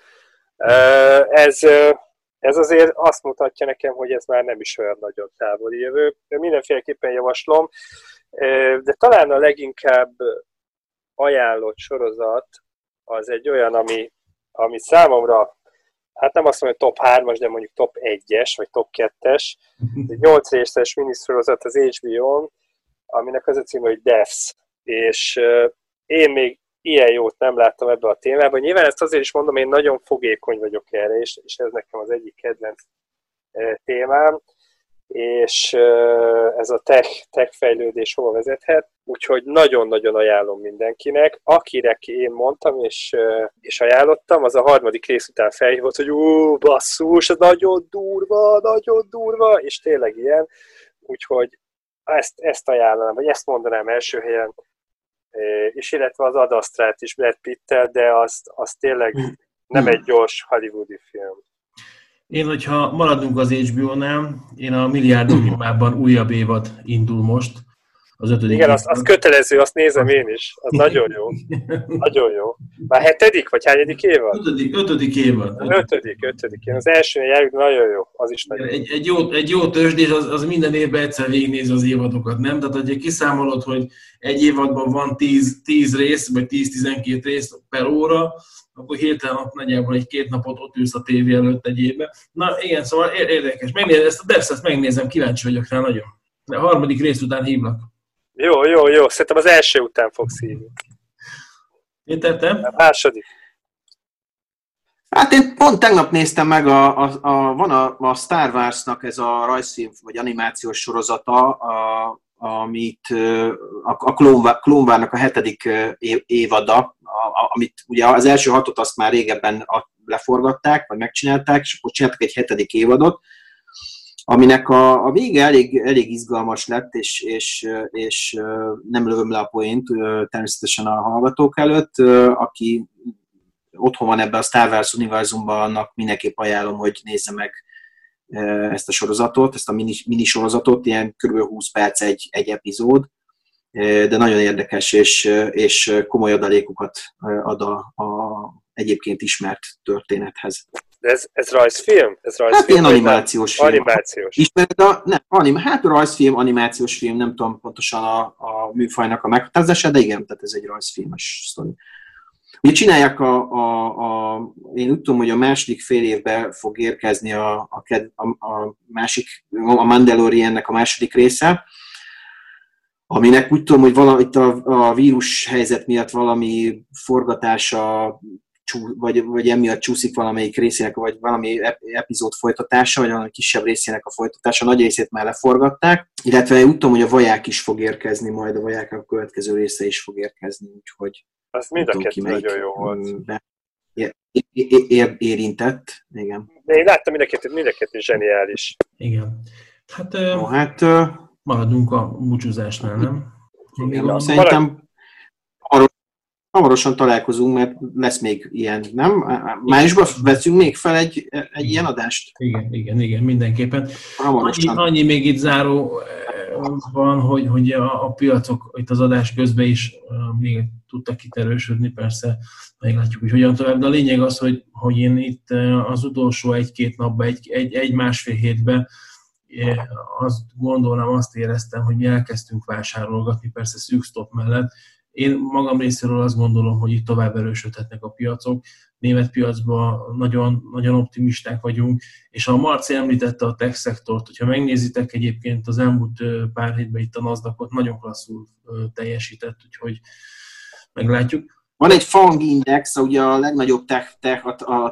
Ez azért azt mutatja nekem, hogy ez már nem is olyan nagyon távoli jövő. Mindenféleképpen javaslom, de talán a leginkább ajánlott sorozat az egy olyan, ami számomra, hát nem azt mondom, hogy top 3-as, de mondjuk top 1-es, vagy top 2-es. Egy 8 részes miniszorozat az HBO-n, aminek az a cím, hogy Devs. És én még ilyen jót nem láttam ebbe a témában. Nyilván ezt azért is mondom, én nagyon fogékony vagyok erre, és ez nekem az egyik kedvenc témám, és ez a tech fejlődés hova vezethet. Úgyhogy nagyon-nagyon ajánlom mindenkinek. Akire én mondtam és ajánlottam, az a 3. rész után felhívott, hogy basszus, ez nagyon durva, és tényleg ilyen. Úgyhogy ezt ajánlanám, vagy ezt mondanám első helyen. és illetve az Ad Astrát is Brad Pittel, de az tényleg nem egy gyors hollywoodi film. Én, hogyha maradunk az HBO-nál, én a Milliárdok Imában újabb évad indul most, az 5. Igen, az kötelező, azt nézem én is. Az nagyon jó. Nagyon jó. Már 7. vagy hányadik évad? 5. évad. 5. Én az első járjuk, nagyon jó. Az is nagyon jó. Egy jó tőzsdés, az minden évben egyszer végignéz az évadokat, nem? Tehát, hogyha kiszámolod, hogy egy évadban van 10 rész, vagy 10-12 rész per óra, akkor hirtelen nagyjából egy 2 napot ott ülsz a tévé előtt egy évben. Na igen, szóval érdekes. Persze ezt megnézem, kíváncsi vagyok rá nagyon. De a 3. rész után hívlak. Jó. Szerintem az első után fogsz hívni. Én tettem? A második. Hát én pont tegnap néztem meg, van a Star Wars-nak ez a rajzfilm, vagy animációs sorozata, amit a Clone Wars-nak a 7. évada, amit ugye az első 6-ot azt már régebben leforgatták, vagy megcsinálták, és akkor csináltak egy 7. évadot, aminek a vége elég izgalmas lett, és nem lövöm le a poént természetesen a hallgatók előtt. Aki otthon van ebben a Star Wars univerzumban, annak mindenképp ajánlom, hogy nézze meg ezt a sorozatot, ezt a mini sorozatot, ilyen kb. 20 perc egy epizód, de nagyon érdekes, és komoly adalékokat ad a egyébként ismert történethez. De ez rajzfilm? Hát ilyen animációs film. Animációs. Ismered hát rajzfilm, animációs film, nem tudom pontosan a műfajnak a meghatározása, de igen, tehát ez egy rajzfilmes sztori. Ugye csinálják én úgy tudom, hogy a második fél évben fog érkezni a Mandaloriannek a második része, aminek úgy tudom, hogy itt a vírus helyzet miatt valami forgatása, vagy emiatt csúszik valamelyik részének, vagy valami epizód folytatása, vagy valami kisebb részének a folytatása, nagy részét már leforgatták, illetve úgy tudom, hogy a Vaják is fog érkezni, majd a Vajáknak a következő része is fog érkezni, úgyhogy az mind a kettő nagyon jó volt. Érintett, igen. De én láttam mind a kettő zseniális. Igen. Hát, maradunk a búcsúzásnál, nem? Igen, szerintem hamarosan találkozunk, mert lesz még ilyen, nem? Májusban veszünk még fel egy ilyen adást? Igen, mindenképpen. Annyi még itt záró van, hogy a piacok itt az adás közben is még tudtak itt erősödni, persze meglátjuk, hogy hogyan tovább, de a lényeg az, hogy én itt az utolsó 1-2 napban, egy-másfél hétben azt éreztem, hogy mi elkezdtünk vásárolgatni, persze szűk stop mellett. Én magam részéről azt gondolom, hogy itt tovább erősödhetnek a piacok. Német piacban nagyon, nagyon optimisták vagyunk, és a Marci említette a tech szektort, hogyha megnézitek egyébként az elmúlt pár hétben itt a Nasdaqot, nagyon klasszul teljesített, úgyhogy meglátjuk. Van egy FANG index, ugye a legnagyobb tech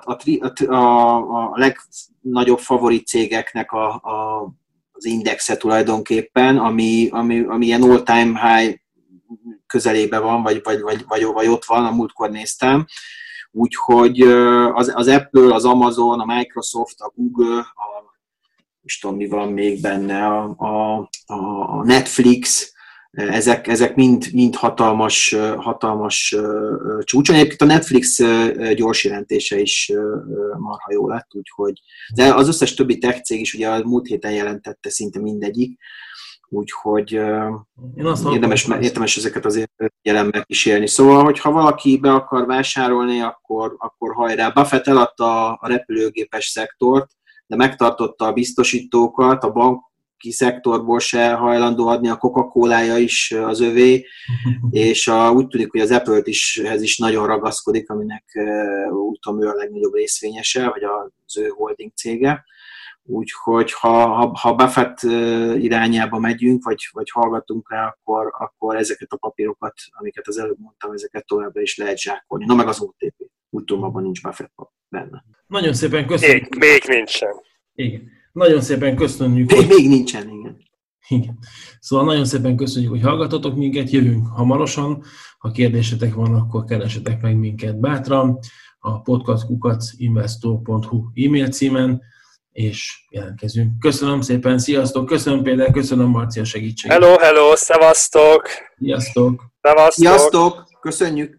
a legnagyobb favorit cégeknek az indexe tulajdonképpen, ami ilyen all-time high közelében van, vagy ott van, a múltkor néztem. Úgyhogy az Apple, az Amazon, a Microsoft, a Google, és tudom, mi van még benne, a Netflix, ezek mind hatalmas csúcson. Egyébként a Netflix gyors jelentése is marha jó lett, úgyhogy de az összes többi tech cég is ugye a múlt héten jelentette szinte mindegyik, úgyhogy érdemes ezeket azért jelenbe kísérni. Szóval, hogyha valaki be akar vásárolni, akkor hajrá. Buffett eladta a repülőgépes szektort, de megtartotta a biztosítókat, a banki szektorból se hajlandó adni, a Coca-Colája is az övé, és úgy tűnik, hogy az Apple-t ehhez is nagyon ragaszkodik, aminek úgy tudom, ő a legnagyobb részvényese, vagy az ő holding cége. Úgyhogy ha Buffett irányába megyünk, vagy hallgatunk rá, akkor ezeket a papírokat, amiket az előbb mondtam, ezeket továbbra is lehet zsákolni. Na meg az OTP. Úgy tudom, abban nincs Buffett benne. Nagyon szépen köszönjük. Még nincsen. Igen. Nagyon szépen köszönjük. Még nincsen, igen. Szóval nagyon szépen köszönjük, hogy hallgatotok minket, jövünk hamarosan. Ha kérdésetek van, akkor keresetek meg minket bátran a podcast@investor.hu e-mail címen. és jelentkezünk. Köszönöm szépen, sziasztok, köszönöm Péter, köszönöm Marci a segítséget. Hello, szevasztok! Sziasztok! Szevasztok! Sziasztok, köszönjük!